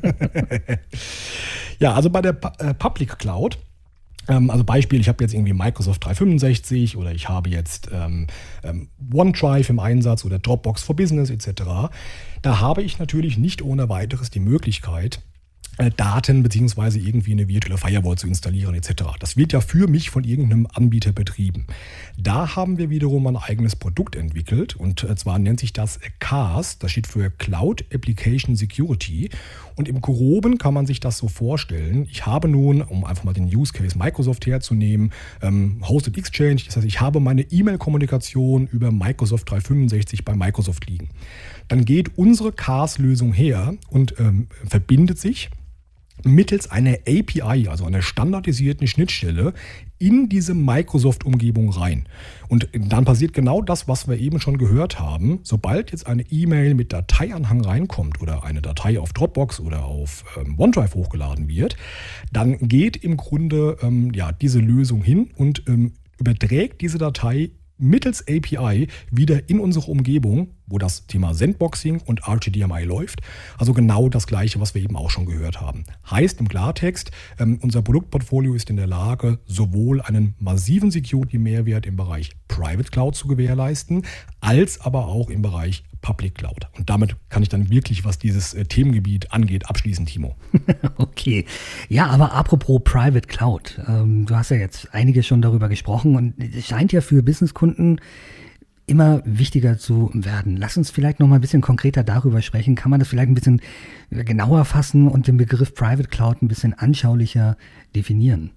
Ja, also bei der Public Cloud, also Beispiel, ich habe jetzt irgendwie Microsoft 365 oder ich habe jetzt OneDrive im Einsatz oder Dropbox for Business etc. Da habe ich natürlich nicht ohne weiteres die Möglichkeit, Daten bzw. irgendwie eine virtuelle Firewall zu installieren etc. Das wird ja für mich von irgendeinem Anbieter betrieben. Da haben wir wiederum ein eigenes Produkt entwickelt und zwar nennt sich das CAS, das steht für Cloud Application Security und im Groben kann man sich das so vorstellen. Ich habe nun, um einfach mal den Use Case Microsoft herzunehmen, Hosted Exchange, das heißt ich habe meine E-Mail-Kommunikation über Microsoft 365 bei Microsoft liegen. Dann geht unsere CAS-Lösung her und verbindet sich mittels einer API, also einer standardisierten Schnittstelle, in diese Microsoft-Umgebung rein. Und dann passiert genau das, was wir eben schon gehört haben. Sobald jetzt eine E-Mail mit Dateianhang reinkommt oder eine Datei auf Dropbox oder auf OneDrive hochgeladen wird, dann geht im Grunde diese Lösung hin und überträgt diese Datei mittels API wieder in unsere Umgebung, wo das Thema Sandboxing und RTDMI läuft. Also genau das Gleiche, was wir eben auch schon gehört haben. Heißt im Klartext, unser Produktportfolio ist in der Lage, sowohl einen massiven Security-Mehrwert im Bereich Private Cloud zu gewährleisten, als aber auch im Bereich Public Cloud. Und damit kann ich dann wirklich, was dieses Themengebiet angeht, abschließen, Timo. Okay. Ja, aber apropos Private Cloud. Du hast ja jetzt einiges schon darüber gesprochen und es scheint ja für Businesskunden immer wichtiger zu werden. Lass uns vielleicht noch mal ein bisschen konkreter darüber sprechen. Kann man das vielleicht ein bisschen genauer fassen und den Begriff Private Cloud ein bisschen anschaulicher definieren?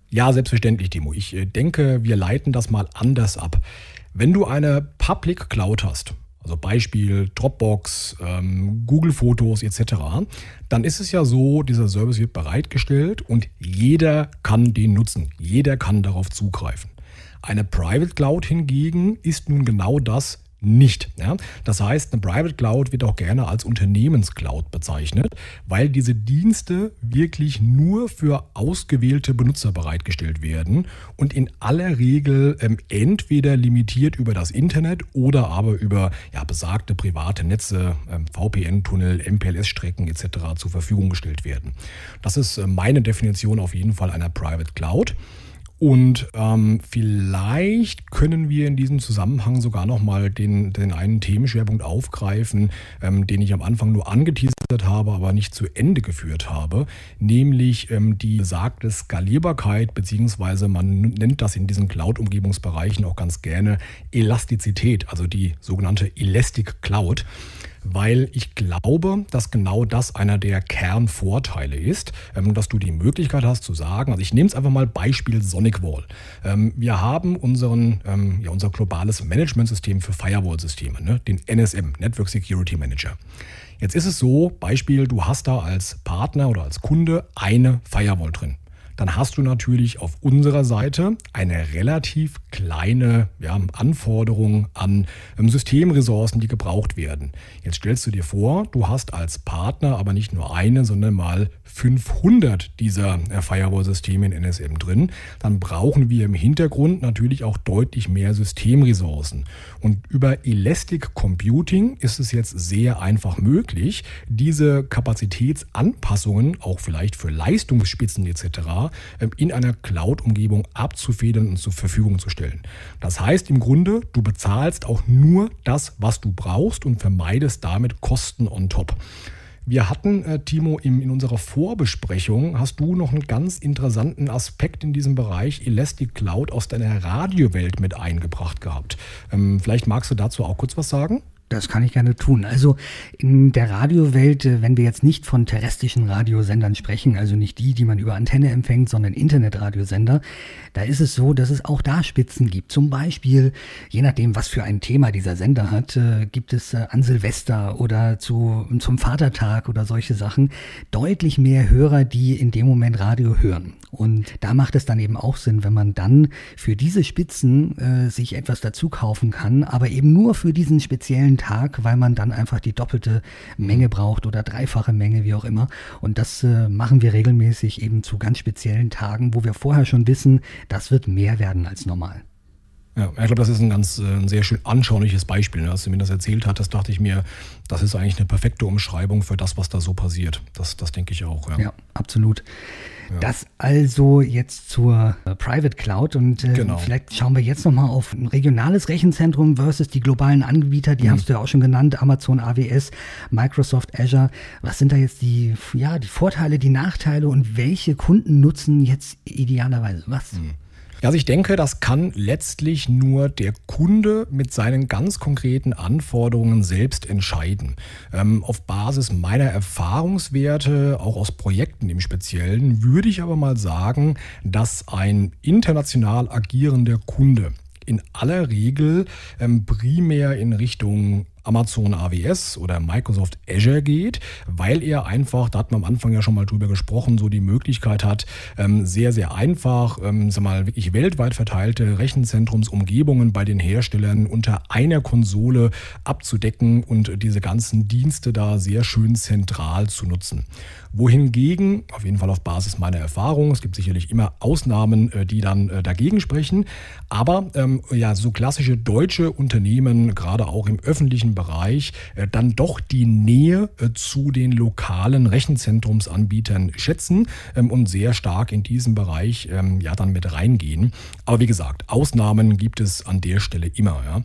Ja, selbstverständlich, Timo. Ich denke, wir leiten das mal anders ab. Wenn du eine Public Cloud hast, also Beispiel Dropbox, Google Fotos etc., dann ist es ja so, dieser Service wird bereitgestellt und jeder kann den nutzen. Jeder kann darauf zugreifen. Eine Private Cloud hingegen ist nun genau das nicht. Ja? Das heißt, eine Private Cloud wird auch gerne als Unternehmenscloud bezeichnet, weil diese Dienste wirklich nur für ausgewählte Benutzer bereitgestellt werden und in aller Regel entweder limitiert über das Internet oder aber über besagte private Netze, VPN-Tunnel, MPLS-Strecken etc. zur Verfügung gestellt werden. Das ist meine Definition auf jeden Fall einer Private Cloud. Und vielleicht können wir in diesem Zusammenhang sogar nochmal den einen Themenschwerpunkt aufgreifen, den ich am Anfang nur angeteasert habe, aber nicht zu Ende geführt habe, nämlich die besagte Skalierbarkeit, beziehungsweise man nennt das in diesen Cloud-Umgebungsbereichen auch ganz gerne Elastizität, also die sogenannte Elastic Cloud. Weil ich glaube, dass genau das einer der Kernvorteile ist, dass du die Möglichkeit hast zu sagen, also ich nehme es einfach mal Beispiel SonicWall. Wir haben unser globales Managementsystem für Firewall-Systeme, ne? Den NSM, Network Security Manager. Jetzt ist es so, Beispiel, du hast da als Partner oder als Kunde eine Firewall drin. Dann hast du natürlich auf unserer Seite eine relativ kleine Anforderung an Systemressourcen, die gebraucht werden. Jetzt stellst du dir vor, du hast als Partner aber nicht nur eine, sondern mal 500 dieser Firewall-Systeme in NSM drin. Dann brauchen wir im Hintergrund natürlich auch deutlich mehr Systemressourcen. Und über Elastic Computing ist es jetzt sehr einfach möglich, diese Kapazitätsanpassungen, auch vielleicht für Leistungsspitzen etc., in einer Cloud-Umgebung abzufedern und zur Verfügung zu stellen. Das heißt im Grunde, du bezahlst auch nur das, was du brauchst und vermeidest damit Kosten on top. Wir hatten, Timo, in unserer Vorbesprechung, hast du noch einen ganz interessanten Aspekt in diesem Bereich Elastic Cloud aus deiner Radiowelt mit eingebracht gehabt. Vielleicht magst du dazu auch kurz was sagen? Das kann ich gerne tun. Also in der Radiowelt, wenn wir jetzt nicht von terrestrischen Radiosendern sprechen, also nicht die man über Antenne empfängt, sondern Internetradiosender, da ist es so, dass es auch da Spitzen gibt. Zum Beispiel, je nachdem, was für ein Thema dieser Sender hat, gibt es an Silvester oder zum Vatertag oder solche Sachen deutlich mehr Hörer, die in dem Moment Radio hören. Und da macht es dann eben auch Sinn, wenn man dann für diese Spitzen sich etwas dazu kaufen kann, aber eben nur für diesen speziellen Tag, weil man dann einfach die doppelte Menge braucht oder dreifache Menge, wie auch immer. Und das machen wir regelmäßig eben zu ganz speziellen Tagen, wo wir vorher schon wissen, das wird mehr werden als normal. Ja, ich glaube, das ist ein sehr schön anschauliches Beispiel. Als du mir das erzählt hattest, dachte ich mir, das ist eigentlich eine perfekte Umschreibung für das, was da so passiert. Das denke ich auch. Ja, absolut. Ja. Das also jetzt zur Private Cloud und vielleicht schauen wir jetzt nochmal auf ein regionales Rechenzentrum versus die globalen Anbieter, die hast du ja auch schon genannt, Amazon AWS, Microsoft Azure. Was sind da jetzt die Vorteile, die Nachteile und welche Kunden nutzen jetzt idealerweise was? Also ich denke, das kann letztlich nur der Kunde mit seinen ganz konkreten Anforderungen selbst entscheiden. Auf Basis meiner Erfahrungswerte, auch aus Projekten im Speziellen, würde ich aber mal sagen, dass ein international agierender Kunde in aller Regel primär in Richtung Amazon AWS oder Microsoft Azure geht, weil er einfach, da hat man am Anfang ja schon mal drüber gesprochen, so die Möglichkeit hat, sehr, sehr einfach, wirklich weltweit verteilte Rechenzentrumsumgebungen bei den Herstellern unter einer Konsole abzudecken und diese ganzen Dienste da sehr schön zentral zu nutzen. Wohingegen, auf jeden Fall auf Basis meiner Erfahrung, es gibt sicherlich immer Ausnahmen, die dann dagegen sprechen, aber so klassische deutsche Unternehmen, gerade auch im öffentlichen Bereich, dann doch die Nähe zu den lokalen Rechenzentrumsanbietern schätzen und sehr stark in diesen Bereich dann mit reingehen. Aber wie gesagt, Ausnahmen gibt es an der Stelle immer. Ja.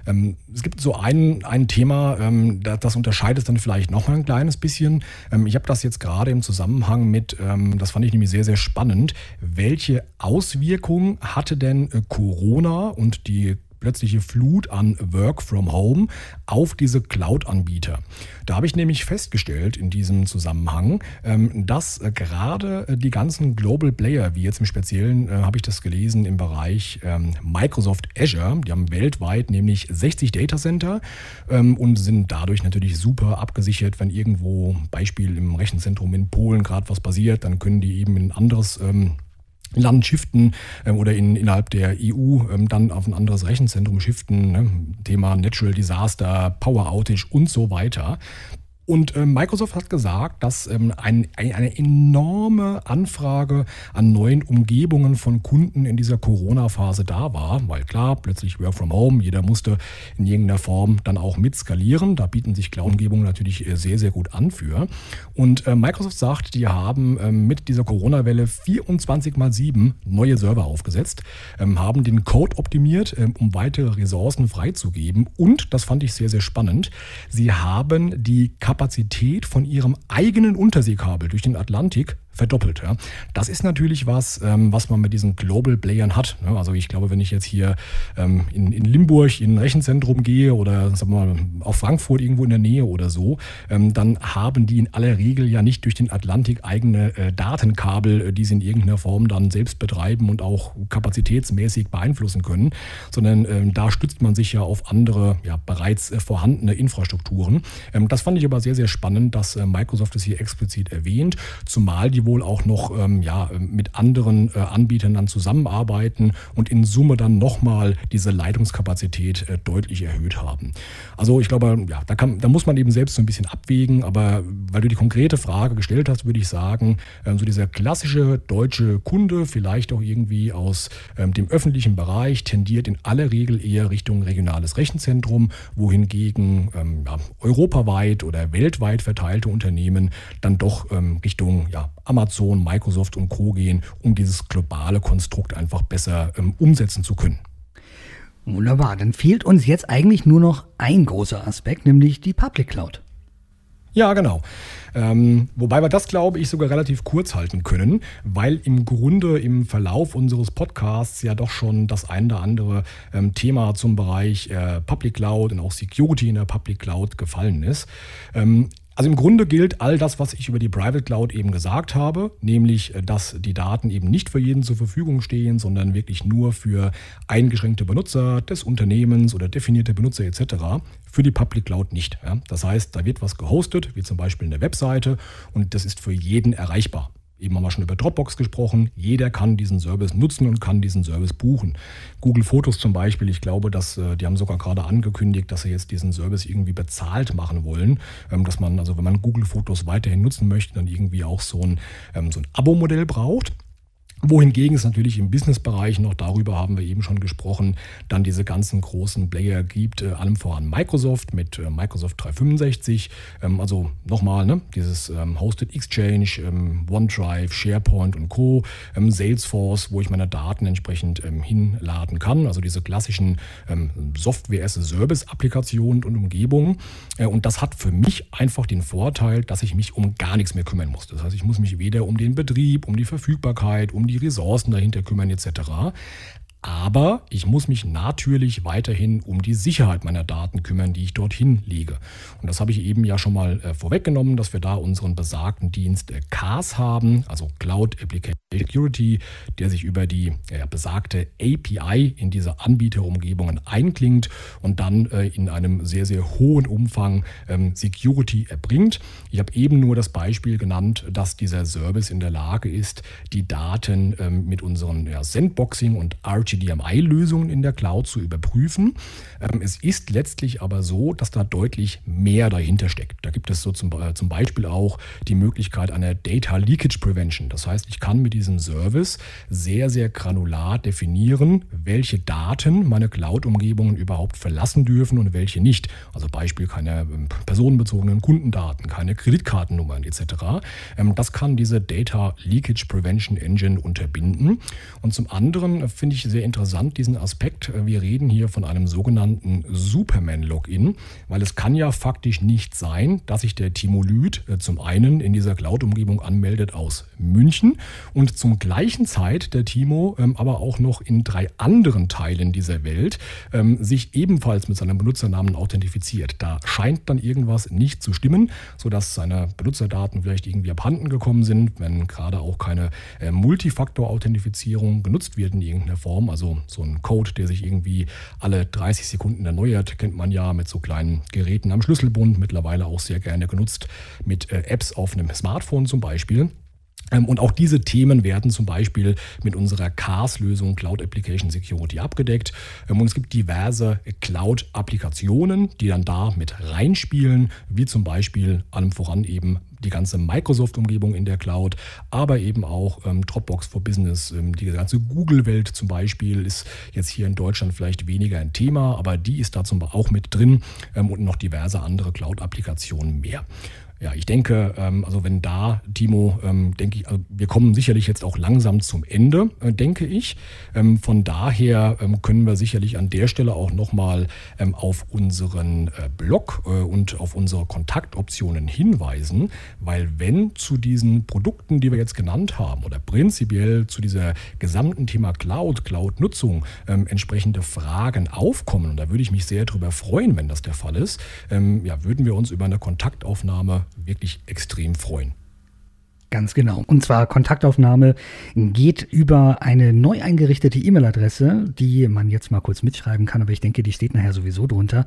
Es gibt so ein Thema, das unterscheidet dann vielleicht noch mal ein kleines bisschen. Ich habe das jetzt gerade im Zusammenhang mit, das fand ich nämlich sehr, sehr spannend, welche Auswirkungen hatte denn Corona und die plötzliche Flut an Work from Home auf diese Cloud-Anbieter. Da habe ich nämlich festgestellt in diesem Zusammenhang, dass gerade die ganzen Global Player, wie jetzt im Speziellen habe ich das gelesen im Bereich Microsoft Azure, die haben weltweit nämlich 60 Datacenter und sind dadurch natürlich super abgesichert, wenn irgendwo, Beispiel im Rechenzentrum in Polen gerade was passiert, dann können die eben in ein anderes Land shiften oder innerhalb der EU dann auf ein anderes Rechenzentrum shiften. Ne? Thema Natural Disaster, Power Outage und so weiter. Und Microsoft hat gesagt, dass eine enorme Anfrage an neuen Umgebungen von Kunden in dieser Corona-Phase da war, weil klar, plötzlich Work from Home, jeder musste in irgendeiner Form dann auch mit skalieren. Da bieten sich Cloud-Umgebungen natürlich sehr, sehr gut an für. Und Microsoft sagt, die haben mit dieser Corona-Welle 24x7 neue Server aufgesetzt, haben den Code optimiert, um weitere Ressourcen freizugeben. Und, das fand ich sehr, sehr spannend, sie haben die Kapazität von ihrem eigenen Unterseekabel durch den Atlantik verdoppelt. Ja. Das ist natürlich was man mit diesen Global Playern hat. Ne? Also ich glaube, wenn ich jetzt hier in Limburg in ein Rechenzentrum gehe oder sagen wir mal auf Frankfurt irgendwo in der Nähe oder so, dann haben die in aller Regel ja nicht durch den Atlantik eigene Datenkabel, die sie in irgendeiner Form dann selbst betreiben und auch kapazitätsmäßig beeinflussen können, sondern da stützt man sich ja auf andere, ja, bereits vorhandene Infrastrukturen. Das fand ich aber sehr, sehr spannend, dass Microsoft es hier explizit erwähnt, zumal die wohl auch noch mit anderen Anbietern dann zusammenarbeiten und in Summe dann nochmal diese Leitungskapazität deutlich erhöht haben. Also ich glaube, ja, da muss man eben selbst so ein bisschen abwägen, aber weil du die konkrete Frage gestellt hast, würde ich sagen, so dieser klassische deutsche Kunde, vielleicht auch irgendwie aus dem öffentlichen Bereich, tendiert in aller Regel eher Richtung regionales Rechenzentrum, wohingegen europaweit oder weltweit verteilte Unternehmen dann doch Richtung Amazon, Microsoft und Co. gehen, um dieses globale Konstrukt einfach besser umsetzen zu können. Wunderbar, dann fehlt uns jetzt eigentlich nur noch ein großer Aspekt, nämlich die Public Cloud. Ja, genau. Wobei wir das, glaube ich, sogar relativ kurz halten können, weil im Grunde im Verlauf unseres Podcasts ja doch schon das ein oder andere Thema zum Bereich Public Cloud und auch Security in der Public Cloud gefallen ist. Also im Grunde gilt all das, was ich über die Private Cloud eben gesagt habe, nämlich, dass die Daten eben nicht für jeden zur Verfügung stehen, sondern wirklich nur für eingeschränkte Benutzer des Unternehmens oder definierte Benutzer etc. Für die Public Cloud nicht. Ja? Das heißt, da wird was gehostet, wie zum Beispiel eine Webseite, und das ist für jeden erreichbar. Eben haben wir schon über Dropbox gesprochen. Jeder kann diesen Service nutzen und kann diesen Service buchen. Google Fotos zum Beispiel, ich glaube, die haben sogar gerade angekündigt, dass sie jetzt diesen Service irgendwie bezahlt machen wollen. Dass man, also wenn man Google Fotos weiterhin nutzen möchte, dann irgendwie auch so ein Abo-Modell braucht. Wohingegen es natürlich im Businessbereich, noch darüber haben wir eben schon gesprochen, dann diese ganzen großen Player gibt, allem voran Microsoft mit Microsoft 365, also nochmal, dieses Hosted Exchange, OneDrive, SharePoint und Co., Salesforce, wo ich meine Daten entsprechend hinladen kann, also diese klassischen Software-as-a-Service-Applikationen und Umgebungen. Und das hat für mich einfach den Vorteil, dass ich mich um gar nichts mehr kümmern muss. Das heißt, ich muss mich weder um den Betrieb, um die Verfügbarkeit, um die Ressourcen dahinter kümmern etc. Aber ich muss mich natürlich weiterhin um die Sicherheit meiner Daten kümmern, die ich dorthin lege. Und das habe ich eben ja schon mal vorweggenommen, dass wir da unseren besagten Dienst CAS haben, also Cloud Application Security, der sich über die besagte API in diese Anbieterumgebungen einklingt und dann in einem sehr, sehr hohen Umfang Security erbringt. Ich habe eben nur das Beispiel genannt, dass dieser Service in der Lage ist, die Daten mit unseren Sandboxing und RTDMI-Lösungen in der Cloud zu überprüfen. Es ist letztlich aber so, dass da deutlich mehr dahinter steckt. Da gibt es so zum Beispiel auch die Möglichkeit einer Data Leakage Prevention. Das heißt, ich kann mit diesem Service sehr, sehr granular definieren, welche Daten meine Cloud-Umgebungen überhaupt verlassen dürfen und welche nicht. Also Beispiel keine personenbezogenen Kundendaten, keine Kreditkartennummern etc. Das kann diese Data Leakage Prevention Engine unterbinden. Und zum anderen finde ich sehr sehr interessant, diesen Aspekt. Wir reden hier von einem sogenannten Superman-Login, weil es kann ja faktisch nicht sein, dass sich der Timo Lüth zum einen in dieser Cloud-Umgebung anmeldet aus München und zum gleichen Zeit der Timo aber auch noch in 3 anderen Teilen dieser Welt sich ebenfalls mit seinem Benutzernamen authentifiziert. Da scheint dann irgendwas nicht zu stimmen, sodass seine Benutzerdaten vielleicht irgendwie abhanden gekommen sind, wenn gerade auch keine Multifaktor-Authentifizierung genutzt wird in irgendeiner Form. Also so ein Code, der sich irgendwie alle 30 Sekunden erneuert, kennt man ja mit so kleinen Geräten am Schlüsselbund, mittlerweile auch sehr gerne genutzt mit Apps auf einem Smartphone zum Beispiel. Und auch diese Themen werden zum Beispiel mit unserer CAS-Lösung Cloud Application Security abgedeckt. Und es gibt diverse Cloud-Applikationen, die dann da mit reinspielen, wie zum Beispiel allem voran eben die ganze Microsoft-Umgebung in der Cloud, aber eben auch Dropbox for Business. Die ganze Google-Welt zum Beispiel ist jetzt hier in Deutschland vielleicht weniger ein Thema, aber die ist da auch mit drin und noch diverse andere Cloud-Applikationen mehr. Ja, ich denke, also wenn da, Timo, denke ich, also wir kommen sicherlich jetzt auch langsam zum Ende, denke ich. Von daher können wir sicherlich an der Stelle auch nochmal auf unseren Blog und auf unsere Kontaktoptionen hinweisen, weil wenn zu diesen Produkten, die wir jetzt genannt haben oder prinzipiell zu dieser gesamten Thema Cloud-Nutzung entsprechende Fragen aufkommen, und da würde ich mich sehr darüber freuen, wenn das der Fall ist, ja, würden wir uns über eine Kontaktaufnahme wirklich extrem freuen. Ganz genau. Und zwar Kontaktaufnahme geht über eine neu eingerichtete E-Mail-Adresse, die man jetzt mal kurz mitschreiben kann, aber ich denke, die steht nachher sowieso drunter.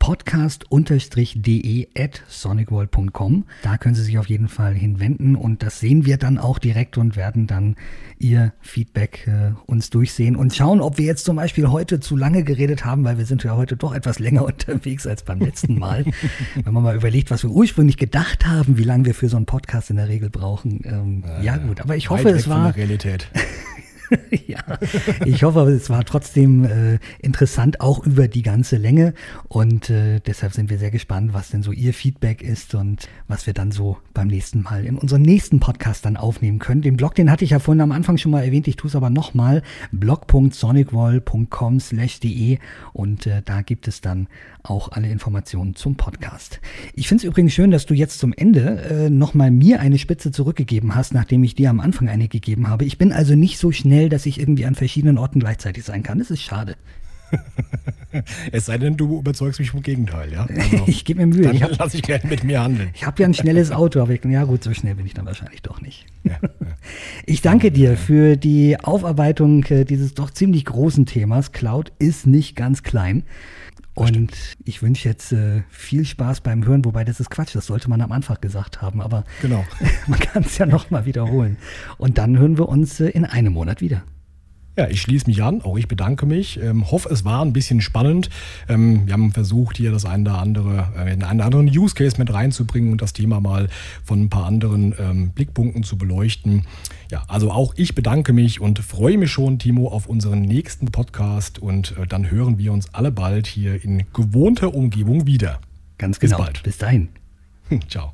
podcast-de@sonicworld.com. Da können Sie sich auf jeden Fall hinwenden und das sehen wir dann auch direkt und werden dann Ihr Feedback uns durchsehen und schauen, ob wir jetzt zum Beispiel heute zu lange geredet haben, weil wir sind ja heute doch etwas länger unterwegs als beim letzten Mal. Wenn man mal überlegt, was wir ursprünglich gedacht haben, wie lange wir für so einen Podcast in der Regel brauchen. Ja gut, aber ich hoffe, es war Realität. Ja, ich hoffe, es war trotzdem interessant, auch über die ganze Länge und deshalb sind wir sehr gespannt, was denn so Ihr Feedback ist und was wir dann so beim nächsten Mal in unserem nächsten Podcast dann aufnehmen können. Den Blog, den hatte ich ja vorhin am Anfang schon mal erwähnt, ich tue es aber nochmal, blog.sonicwall.com/de und da gibt es dann auch alle Informationen zum Podcast. Ich finde es übrigens schön, dass du jetzt zum Ende nochmal mir eine Spitze zurückgegeben hast, nachdem ich dir am Anfang eine gegeben habe. Ich bin also nicht so schnell, dass ich irgendwie an verschiedenen Orten gleichzeitig sein kann. Das ist schade. Es sei denn, du überzeugst mich vom Gegenteil, ja? Also, ich gebe mir Mühe. Dann lasse ich gerne mit mir handeln. Ich habe ja ein schnelles Auto, aber ja gut, so schnell bin ich dann wahrscheinlich doch nicht. Ja. Ich danke dir für die Aufarbeitung dieses doch ziemlich großen Themas. Cloud ist nicht ganz klein. Und ich wünsche jetzt viel Spaß beim Hören, wobei das ist Quatsch, das sollte man am Anfang gesagt haben, aber genau. Man kann es ja nochmal wiederholen. Und dann hören wir uns in einem Monat wieder. Ja, ich schließe mich an, auch ich bedanke mich, hoffe, es war ein bisschen spannend. Wir haben versucht, hier das eine oder andere, einen anderen Use Case mit reinzubringen und das Thema mal von ein paar anderen Blickpunkten zu beleuchten. Ja, also auch ich bedanke mich und freue mich schon, Timo, auf unseren nächsten Podcast und dann hören wir uns alle bald hier in gewohnter Umgebung wieder. Ganz genau. Bis bald. Bis dahin. Ciao.